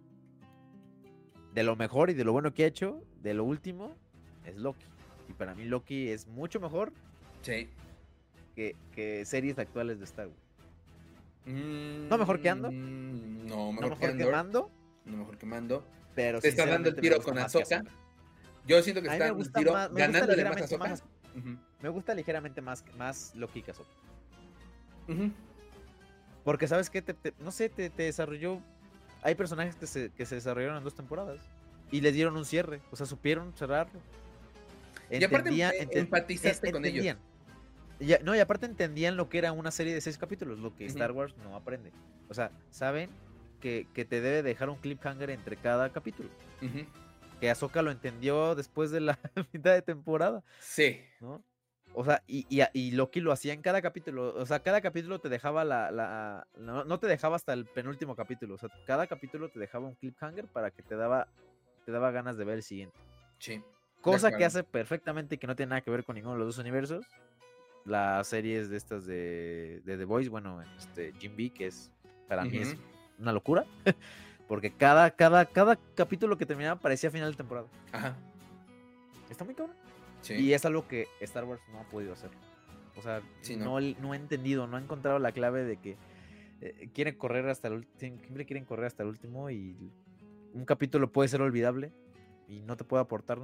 de lo mejor y de lo bueno que ha hecho, de lo último, es Loki. Y para mí Loki es mucho mejor Sí. que, que series actuales de Star Wars. No mejor que Andor, Mm, no, no mejor que mejor que Andor. Mando, No, mejor que Mando. pero Se está dando el sinceramente me tiro gusta con más que Ahsoka. Ahsoka. Yo siento que A mí está me dando el gusta tiro más, me gusta ganándole más a ligeramente Ahsoka. más, Ujú. me gusta ligeramente más, más Loki que Ahsoka. Ujú. Porque sabes qué, te, te- no sé, te, te desarrolló, hay personajes que se, que se desarrollaron en dos temporadas y les dieron un cierre, o sea, supieron cerrarlo. Y aparte Entendían, eh, enten- en- empatizaste con ellos. entendían. Y ya- no, y aparte entendían lo que era una serie de seis capítulos, lo que Ujú. Star Wars no aprende. O sea, saben que, que te debe dejar un cliffhanger entre cada capítulo. Ujú. Que Ahsoka lo entendió después de la mitad de temporada, Sí. ¿no? O sea, y, y, y Loki lo hacía en cada capítulo. O sea, cada capítulo te dejaba la. la no, no te dejaba hasta el penúltimo capítulo. O sea, cada capítulo te dejaba un cliffhanger para que te daba, te daba ganas de ver el siguiente. Sí. De Cosa que acuerdo. hace perfectamente y que no tiene nada que ver con ninguno de los dos universos. Las series de estas de, de The Voice, bueno, este, Jim B, que es para mí es Ujú. una locura. Porque cada, cada, cada capítulo que terminaba parecía final de temporada. Ajá. Está muy cabrón. Sí. Y es algo que Star Wars no ha podido hacer. O sea, Sí, ¿no? no, no he entendido, no he encontrado la clave de que eh, quieren correr hasta el último, siempre quieren correr hasta el último y un capítulo puede ser olvidable y no te puede aportar nada.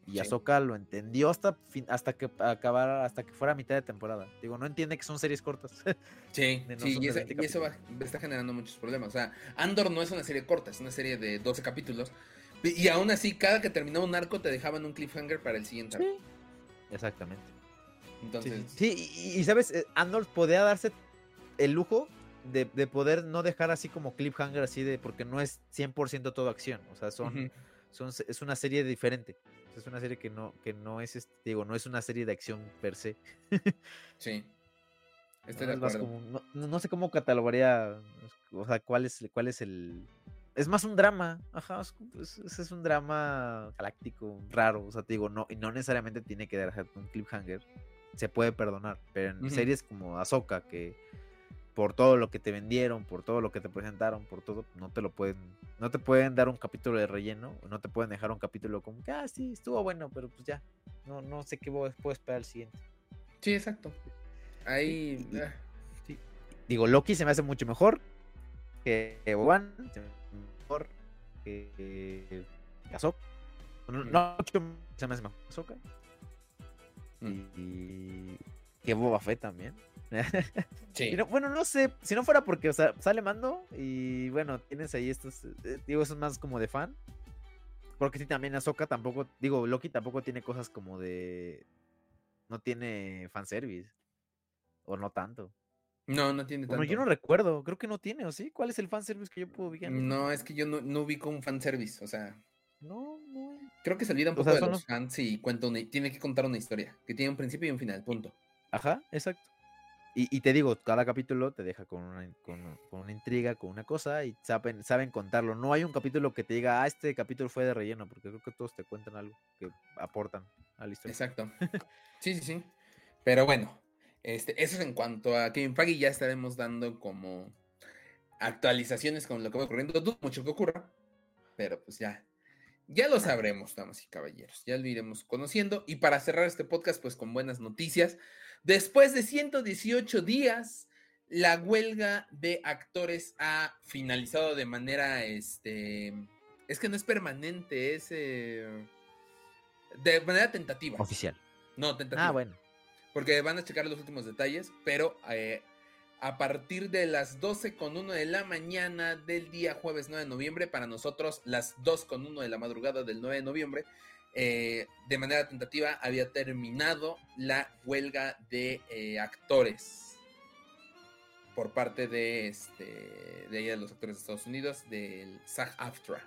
Y Sí. Ahsoka lo entendió hasta, fin, hasta que acabara, hasta que fuera a mitad de temporada. Digo, no entiende que son series cortas. Sí, no sí, son y, de esa- veinte y eso va, capítulos. está generando muchos problemas. O sea, Andor no es una serie corta, es una serie de doce capítulos. Y, y aún así, cada que terminaba un arco te dejaban un cliffhanger para el siguiente arco. Sí, exactamente. Sí, Entonces, sí. Sí, y, y, sabes, eh, Andor podía darse el lujo de, de poder no dejar así como cliffhanger así de, porque no es cien por ciento todo acción, o sea, son, ujú, son es una serie diferente, es una serie que no, que no es, este, digo, no es una serie de acción per se, sí, estoy ¿no? de Es más acuerdo. como, no, no no sé cómo catalogaría, o sea, cuál es, cuál es el, es más un drama, ajá, es, es, es un drama galáctico, raro, o sea, te digo, no, y no necesariamente tiene que dejar un cliffhanger, se puede perdonar, pero en Ujú, series como Ahsoka, que por todo lo que te vendieron, por todo lo que te presentaron, por todo, no te lo pueden, no te pueden dar un capítulo de relleno, no te pueden dejar un capítulo como que, ah, sí, estuvo bueno, pero pues ya, no, no sé qué voy- puedo esperar el siguiente. sí, exacto. Sí, Ahí, y, y- ah, sí. Digo, Loki se me hace mucho mejor que Obi-Wan, se me hace mejor que Ahsoka. No, mm, no, mucho se me hace mejor que Ahsoka. mm, Y, y que Boba Fett también. Y sí, no, bueno, no sé, si no fuera porque, o sea, sale Mando y bueno, tienes ahí estos, eh, digo, eso es más como de fan. Porque sí, también Ahsoka tampoco, digo, Loki tampoco tiene cosas como de, no tiene fanservice, o no tanto. no, no tiene Bueno, yo tanto. no recuerdo, creo que no tiene, ¿o sí? ¿Cuál es el fanservice que yo puedo ubicar en Loki? No, es que yo no, no ubico un fanservice, o sea, No, no hay. creo que se olvida un O poco sea, de son los los, fans y cuenta una, tiene que contar una historia, que tiene un principio y un final, punto. ajá, exacto. Y, y te digo, cada capítulo te deja con una, con, con una intriga, con una cosa, y saben, saben contarlo. No hay un capítulo que te diga, ah, este capítulo fue de relleno, porque creo que todos te cuentan algo que aportan a la historia. Exacto. Sí, sí, sí. Pero bueno, este, eso es en cuanto a Kevin Feige, ya estaremos dando como actualizaciones con lo que va ocurriendo. Dudo mucho que ocurra, pero pues ya, ya lo Nah. sabremos, damas y caballeros. Ya lo iremos conociendo. Y para cerrar este podcast, pues con buenas noticias. Después de ciento dieciocho días, la huelga de actores ha finalizado de manera, este, es que no es permanente, es eh, de manera tentativa. Oficial. No, Ah, tentativa. bueno. Porque van a checar los últimos detalles, pero eh, a partir de las doce con uno de la mañana del día jueves nueve de noviembre, para nosotros las dos con uno de la madrugada del nueve de noviembre, eh, de manera tentativa había terminado la huelga de eh, actores por parte de, este, de, de los actores de Estados Unidos, del SAG-AFTRA.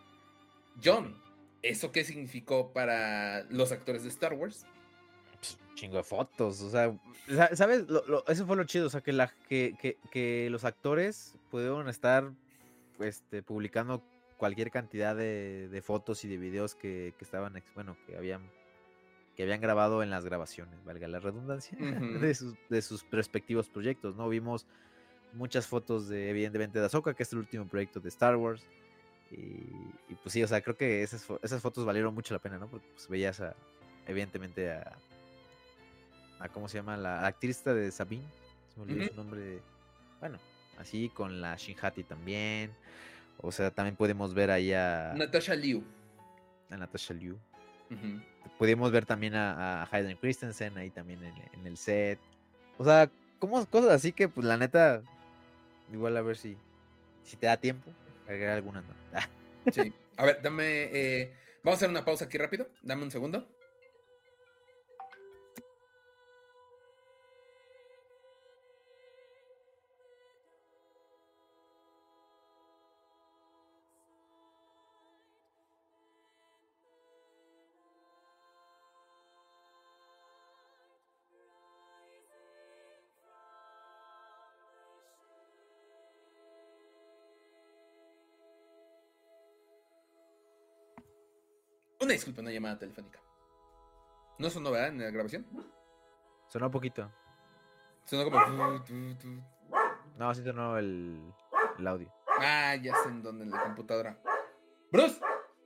Ok. John, ¿eso qué significó para los actores de Star Wars? Pues, chingo de fotos, o sea, sa- ¿sabes? Lo, lo- eso fue lo chido, o sea, que, la, que, que, que los actores pudieron estar este, publicando cualquier cantidad de, de fotos y de videos que, que estaban, ex- bueno, que habían, que habían grabado en las grabaciones, valga la redundancia, Ujú, de sus, de sus respectivos proyectos, ¿no? Vimos muchas fotos de, evidentemente, de Ahsoka, que es el último proyecto de Star Wars, y, y pues sí, o sea, creo que esas, fo- esas fotos valieron mucho la pena, ¿no? Porque pues veías a, evidentemente, a, a ¿cómo se llama? La actriz esta de Sabine, se me olvidó ujú. su nombre, bueno, así con la Shinhati también, o sea, también podemos ver ahí a, Natasha Liu. a Natasha Liu, Ujú. pudimos ver también a, a Hayden Christensen ahí también en, en el set, o sea, como cosas así que pues la neta, igual a ver si, si te da tiempo, agregar alguna, ¿no? Sí. A ver, dame. eh, vamos a hacer una pausa aquí rápido. Dame un segundo. Una disculpa, una llamada telefónica. ¿No sonó, verdad, en la grabación? Sonó un poquito, Sonó como. tu, tu, tu. no, sí sonó el, el audio. Ah, ya sé en dónde, en la computadora. ¡Bruce!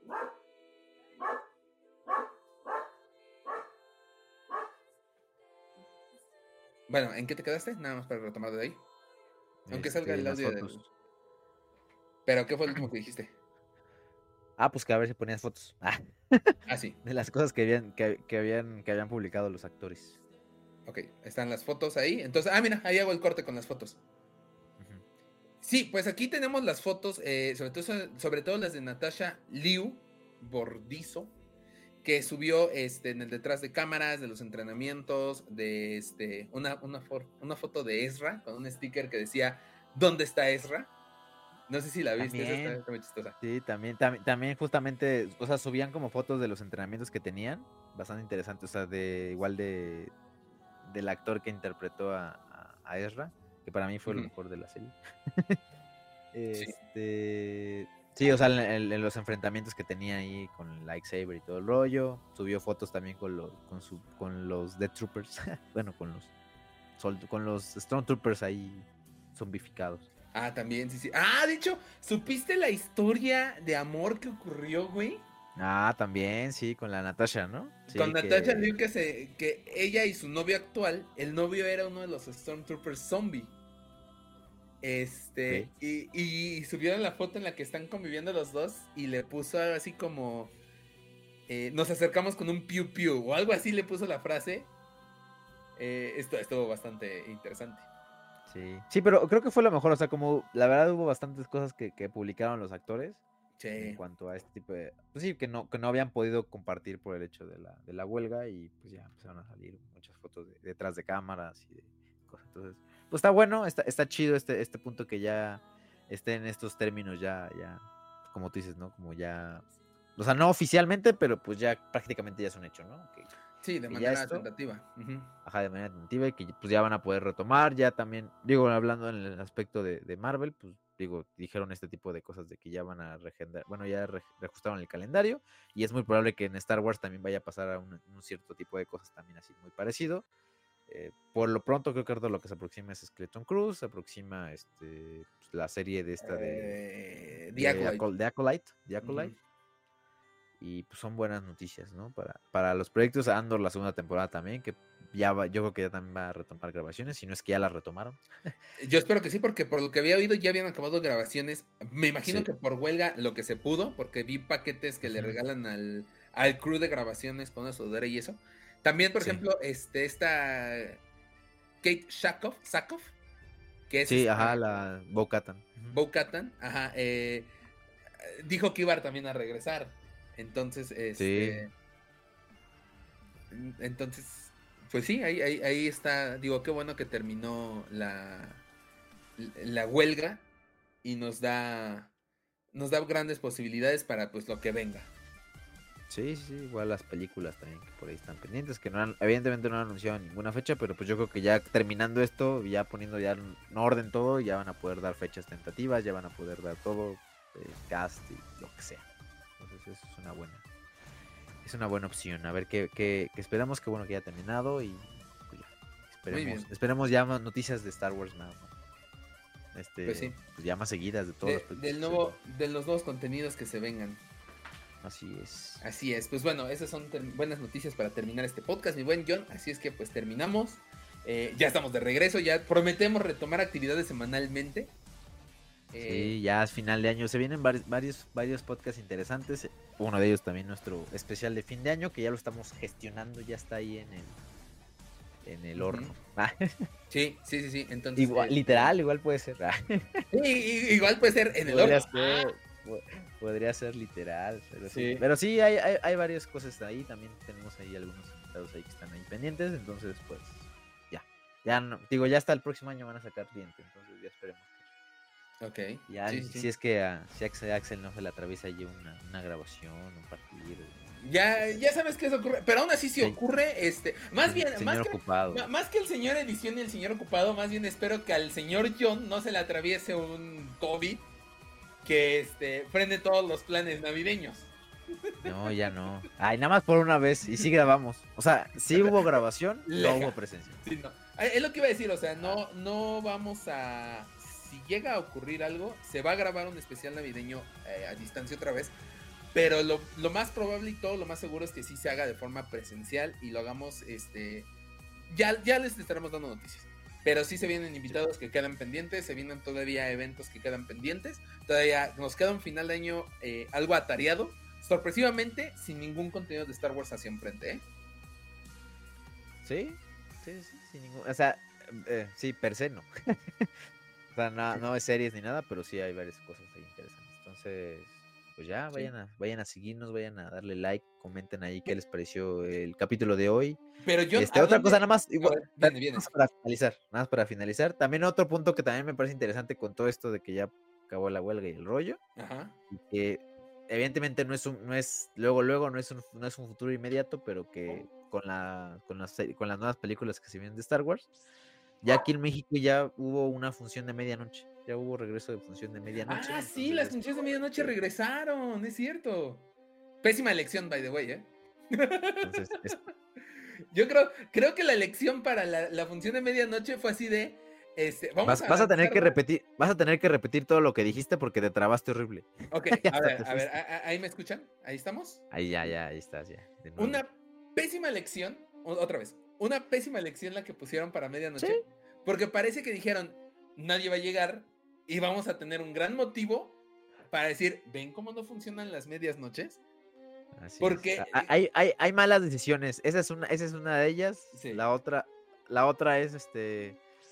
Bueno, ¿en qué te quedaste? Nada más para retomar de ahí. Aunque salga Este, el las audio del. fotos. Pero, ¿qué fue el último que dijiste? Ah, pues que a ver si ponías fotos. Ah, Ah, sí. de las cosas que habían, que, que habían, que habían publicado los actores. Ok, están las fotos ahí. Entonces, ah, mira, ahí hago el corte con las fotos. Ujú. Sí, pues aquí tenemos las fotos, eh, sobre, todo, sobre todo las de Natasha Liu Bordizo, que subió este, en el detrás de cámaras, de los entrenamientos, de este, una, una, for, una foto de Ezra, con un sticker que decía, ¿dónde está Ezra? No sé si la viste, esa está, También, está muy chistosa. sí, también, también, también justamente, o sea, subían como fotos de los entrenamientos que tenían, bastante interesantes, o sea, de igual de del actor que interpretó a, a, a Ezra, que para mí fue lo Ujú. mejor de la serie. Sí. Este, sí, o sea, en, en- en los enfrentamientos que tenía ahí con el lightsaber y todo el rollo, subió fotos también con los, con su, con los Death Troopers, bueno, con los, sol- con los Stormtroopers ahí zombificados. Ah, también, sí, sí. Ah, de hecho, ¿supiste la historia de amor que ocurrió, güey? Ah, también, sí, con la Natasha, ¿no? Con Sí, Natasha que... Liu que, se, que ella y su novio actual, el novio era uno de los Stormtroopers zombie. Este, ok. y, y subieron la foto en la que están conviviendo los dos y le puso algo así como, eh, nos acercamos con un piu piu o algo así le puso la frase. Eh, esto estuvo bastante interesante. Sí. Sí, pero creo que fue lo mejor, o sea, como la verdad hubo bastantes cosas que, que publicaron los actores en Sí, cuanto a este tipo de, pues sí, que no, que no habían podido compartir por el hecho de la, de la huelga y pues ya empezaron a salir muchas fotos de, detrás de cámaras y de cosas. Entonces, pues está bueno, está, está chido este, este punto que ya esté en estos términos ya, ya, como tú dices, ¿no? Como ya, o sea, no oficialmente, pero pues ya prácticamente ya es un hecho, ¿no? Que, sí, de que ya manera esto tentativa. Ujú. ajá, de manera tentativa y que pues ya van a poder retomar, ya también, digo, hablando en el aspecto de, de Marvel, pues digo, dijeron este tipo de cosas de que ya van a regendar, bueno, ya re- reajustaron el calendario y es muy probable que en Star Wars también vaya a pasar a un, un cierto tipo de cosas también así muy parecido. Eh, por lo pronto creo que ahorita lo que se aproxima es Skeleton Cruz, se aproxima este, pues, la serie de esta de, Eh, The de, Acolyte. Acol- de Acolyte, de Ujú. Acolyte. Y pues son buenas noticias, ¿no? Para, para los proyectos Andor la segunda temporada también, que ya va, yo creo que ya también va a retomar grabaciones, si no es que ya la retomaron. Yo espero que sí, porque por lo que había oído ya habían acabado grabaciones. Me imagino Sí. que por huelga lo que se pudo, porque vi paquetes que le Ujú. regalan al, al crew de grabaciones con una sudadera y eso. También, por Sí. ejemplo, este, esta Kate Sackhoff, Sackhoff, que es Sí, esta ajá, la Bo-Katan. Ujú. Bo-Katan, ajá, eh, dijo que iba también a regresar. Entonces, Sí, este, entonces, pues sí, ahí, ahí, ahí está. Digo, qué bueno que terminó la, la huelga y nos da nos da grandes posibilidades para pues lo que venga. sí, sí, igual las películas también que por ahí están pendientes, que no han, evidentemente no han anunciado ninguna fecha, pero pues yo creo que ya terminando esto, ya poniendo ya en orden todo, ya van a poder dar fechas tentativas, ya van a poder dar todo, eh, cast y lo que sea. Entonces eso es una buena, es una buena opción. A ver qué, qué, qué esperamos, que bueno que ya ha terminado y pues ya, Muy esperemos, bien, esperemos ya más noticias de Star Wars más, ¿no? pues Este, sí. pues ya más seguidas de todos los De, proyectos del que se nuevo, vienen. de los nuevos contenidos que se vengan. Así es. Así es, pues bueno, esas son buenas noticias para terminar este podcast, mi buen John. Así es que pues terminamos. Eh, ya estamos de regreso, ya prometemos retomar actividades semanalmente. Eh, Sí, ya es final de año. Se vienen varios, varios, varios podcasts interesantes. Uno de ellos también nuestro especial de fin de año, que ya lo estamos gestionando, ya está ahí en el, en el uh-huh. horno. Ah, Sí, sí, sí, sí. Entonces, igual, este, literal, igual puede ser. Ah, sí, igual puede ser en el podría horno. ser, po- podría ser literal, pero sí. Sí. Pero sí, hay, hay, hay varias cosas ahí. También tenemos ahí algunos invitados ahí que están ahí pendientes. Entonces, pues, ya. Ya no, digo, ya hasta el próximo año van a sacar cliente. Entonces, ya esperemos que Ok, ya, sí, sí, si sí. es que a, si Axel, Axel no se le atraviesa allí una, una grabación, un partido. Ya, ya sabes que eso ocurre, pero aún así si Se- ocurre, este, más se- bien, más señor que, ocupado. ma- más que el señor edición y el señor ocupado, más bien espero que al señor John no se le atraviese un COVID que este frene todos los planes navideños. No, ya no. Ay, nada más por una vez y sí grabamos. O sea, sí hubo grabación, no Leja. hubo presencia. Sí, no. Eh, Es lo que iba a decir, o sea, no, no vamos a. Si llega a ocurrir algo, se va a grabar un especial navideño eh, a distancia otra vez. Pero lo, lo más probable y todo lo más seguro es que sí se haga de forma presencial y lo hagamos, este. Ya, ya les estaremos dando noticias. pero sí se vienen invitados que quedan pendientes, se vienen todavía eventos que quedan pendientes, todavía nos queda un final de año eh, algo atareado, sorpresivamente sin ningún contenido de Star Wars hacia enfrente, ¿eh? Sí, sí, sí, sin ningún, o sea, eh, sí, per se no. O sea, no, no es series ni nada, pero sí hay varias cosas ahí interesantes. Entonces, pues ya, vayan a, vayan a seguirnos, vayan a darle like, comenten ahí qué les pareció el capítulo de hoy. Pero John, Este, ¿a otra dónde? cosa nada más, A igual, ver, nada viene, viene. más para finalizar, nada más para finalizar. También otro punto que también me parece interesante con todo esto de que ya acabó la huelga y el rollo, Ajá. y que evidentemente no es un, no es, luego, luego no es un, no es un futuro inmediato, pero que con la, con las, con las nuevas películas que se vienen de Star Wars, ya aquí en México ya hubo una función de medianoche, ya hubo regreso de función de medianoche. Ah, sí, entonces, las funciones de medianoche este, regresaron, es cierto. Pésima elección, by the way, ¿eh? entonces, es- Yo creo, creo que la elección para la, la función de medianoche fue así de, este, vamos vas, a vas a tener que lanzarla. repetir, vas a tener que repetir todo lo que dijiste porque te trabaste horrible. Ok, Ya a hasta ver, te a ver, fuiste. a- a- ahí me escuchan, ahí estamos. Ahí ya, ya, ahí estás, ya, de nuevo. Una pésima elección, o- otra vez, una pésima elección la que pusieron para Sí, medianoche, porque parece que dijeron, nadie va a llegar y vamos a tener un gran motivo para decir, ¿ven cómo no funcionan las medias noches? así Porque, es. A- Hay, hay, hay malas decisiones. Esa es una, esa es una de ellas. sí. La otra, la otra es este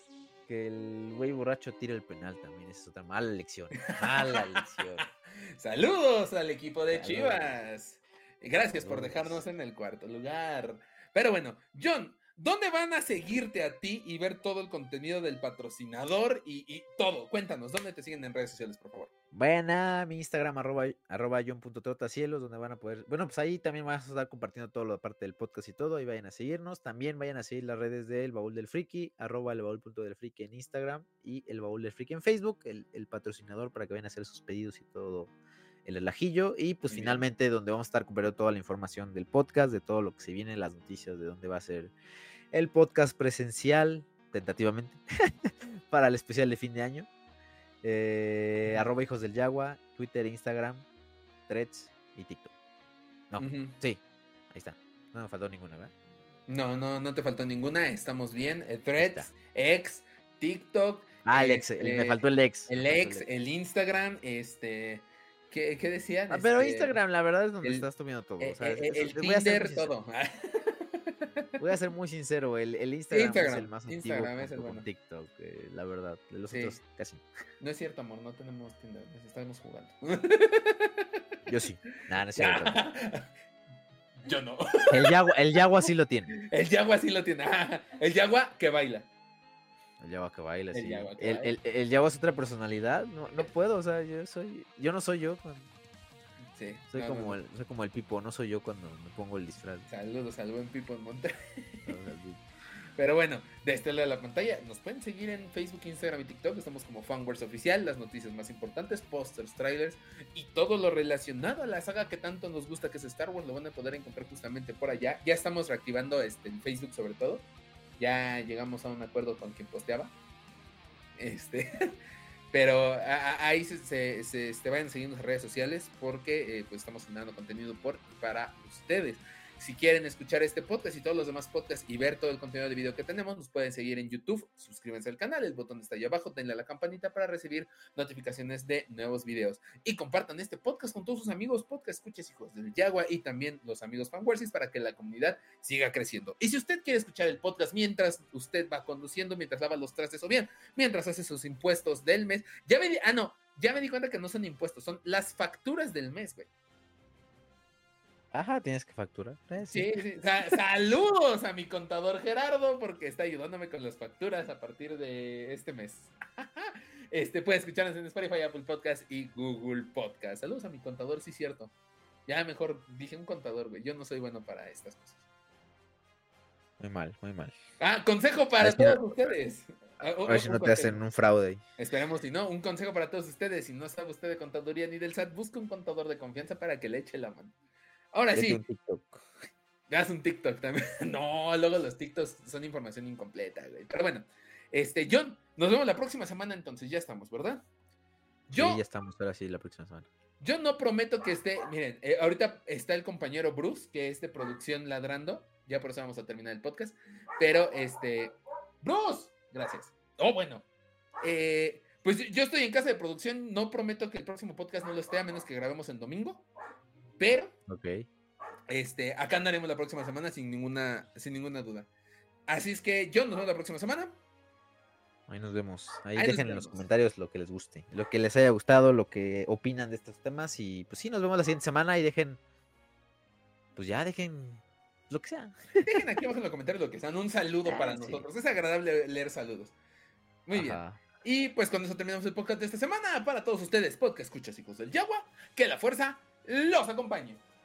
que el güey borracho tire el penal también. Esa es otra mala elección. Mala elección. Saludos al equipo de Saludos. Chivas. Gracias por Saludos. dejarnos en el cuarto lugar. Pero bueno, John, ¿dónde van a seguirte a ti y ver todo el contenido del patrocinador y, y todo? Cuéntanos, ¿dónde te siguen en redes sociales, por favor? Vayan a mi Instagram, arroba, arroba john.trotacielos, donde van a poder. Bueno, pues ahí también vas a estar compartiendo toda la parte del podcast y todo. Ahí vayan a seguirnos. También vayan a seguir las redes del Baúl del Friki, arroba el baúl.delfriki en Instagram y el Baúl del Friki en Facebook, el, el patrocinador para que vayan a hacer sus pedidos y todo el relajillo. Y pues Muy bien. finalmente, donde vamos a estar compartiendo toda la información del podcast, de todo lo que se viene, las noticias de dónde va a ser el podcast presencial, tentativamente, para el especial de fin de año. Eh, arroba hijos del Yagua, Twitter, Instagram, Threads y TikTok. No, Ujú. sí, ahí está. No me faltó ninguna, ¿verdad? No, no, no te faltó ninguna. Estamos bien. Eh, Ahí Threads, está. X, TikTok. Ah, el ex, el- me este, faltó el ex. El me faltó X, el Instagram, este. ¿Qué, qué decían? Ah, pero Este, Instagram, la verdad es donde el- estás tomando todo. eh, O sea, eh, eso- el voy a ser muy Tinder, sincero. todo. Voy a ser muy sincero, el, el Instagram, es Instagram, el más antiguo Instagram es el junto con bueno. TikTok, eh, la verdad. De los Sí. otros casi. No es cierto, amor, no tenemos Tinder, nos estamos jugando. Yo sí. Nada, no es cierto. Yo no. El Yagua, el Yagua sí lo tiene. El Yagua sí lo tiene. El Yagua que baila. El Yagua que baila, El sí. Yagua que El, baila. el, el Yagua es otra personalidad. No, no puedo, o sea, yo soy. Yo no soy yo. Cuando, Sí. soy, no, como no, no. El, soy como el Pipo, no soy yo cuando me pongo el disfraz. Saludos al buen Pipo en Monterrey. O sea, sí. Pero bueno, de este lado de la pantalla nos pueden seguir en Facebook, Instagram y TikTok. Estamos como Fanworks Oficial, las noticias más importantes, pósters, trailers y todo lo relacionado a la saga que tanto nos gusta que es Star Wars lo van a poder encontrar justamente por allá. Ya estamos reactivando este, en Facebook sobre todo. Ya llegamos a un acuerdo con quien posteaba. Este, pero a, a, ahí se, se, se este, vayan siguiendo las redes sociales porque eh, pues estamos generando contenido por y para ustedes. Si quieren escuchar este podcast y todos los demás podcasts y ver todo el contenido de video que tenemos, nos pueden seguir en YouTube, suscríbanse al canal, el botón está ahí abajo, denle a la campanita para recibir notificaciones de nuevos videos. Y compartan este podcast con todos sus amigos, podcast escuches hijos del Yagua y también los amigos fanworsis para que la comunidad siga creciendo. Y si usted quiere escuchar el podcast mientras usted va conduciendo, mientras lava los trastes o bien, mientras hace sus impuestos del mes, ya me di, ah no, ya me di cuenta que no son impuestos, son las facturas del mes, güey. Ajá, tienes que facturar. Eh, sí. Sí, sí. Sa- saludos a mi contador Gerardo porque está ayudándome con las facturas a partir de este mes. Este puede escucharnos en Spotify, Apple Podcast y Google Podcast. Saludos a mi contador, sí, cierto. Ya mejor dije un contador, güey. Yo no soy bueno para estas cosas. Muy mal, muy mal. Ah, consejo para A ver si todos no- ustedes. Ah, A un- ver si un no te consejo. hacen un fraude ahí. Esperemos si no, un consejo para todos ustedes. Si no sabe usted de contaduría ni del S A T, busque un contador de confianza para que le eche la mano. Ahora Vete sí, un TikTok. haz un TikTok también. No, luego los TikToks son información incompleta, güey. Pero bueno, este, John, nos vemos la próxima semana entonces, ya estamos, ¿verdad? Yo, Sí, ya estamos, ahora sí, la próxima semana. yo no prometo que esté, miren, eh, ahorita está el compañero Bruce, que es de producción ladrando, ya por eso vamos a terminar el podcast, pero este, Bruce, Gracias. Oh, bueno. Eh, pues yo estoy en casa de producción. No prometo que el próximo podcast no lo esté, a menos que grabemos en domingo. Pero, Ok. este, acá andaremos la próxima semana sin ninguna, sin ninguna duda. Así es que yo nos vemos la próxima semana. Ahí nos vemos. Ahí, Ahí nos dejen en los vemos. comentarios lo que les guste, lo que les haya gustado, lo que opinan de estos temas. Y pues sí, nos vemos la siguiente semana y dejen, pues ya dejen lo que sea. Dejen aquí abajo en los comentarios lo que sean. Un saludo Ah, para sí. nosotros. Es agradable leer saludos. Muy bien. Ajá. Y pues con eso terminamos el podcast de esta semana. Para todos ustedes, podcast escuchas hijos del Yagua, que la fuerza los acompañe.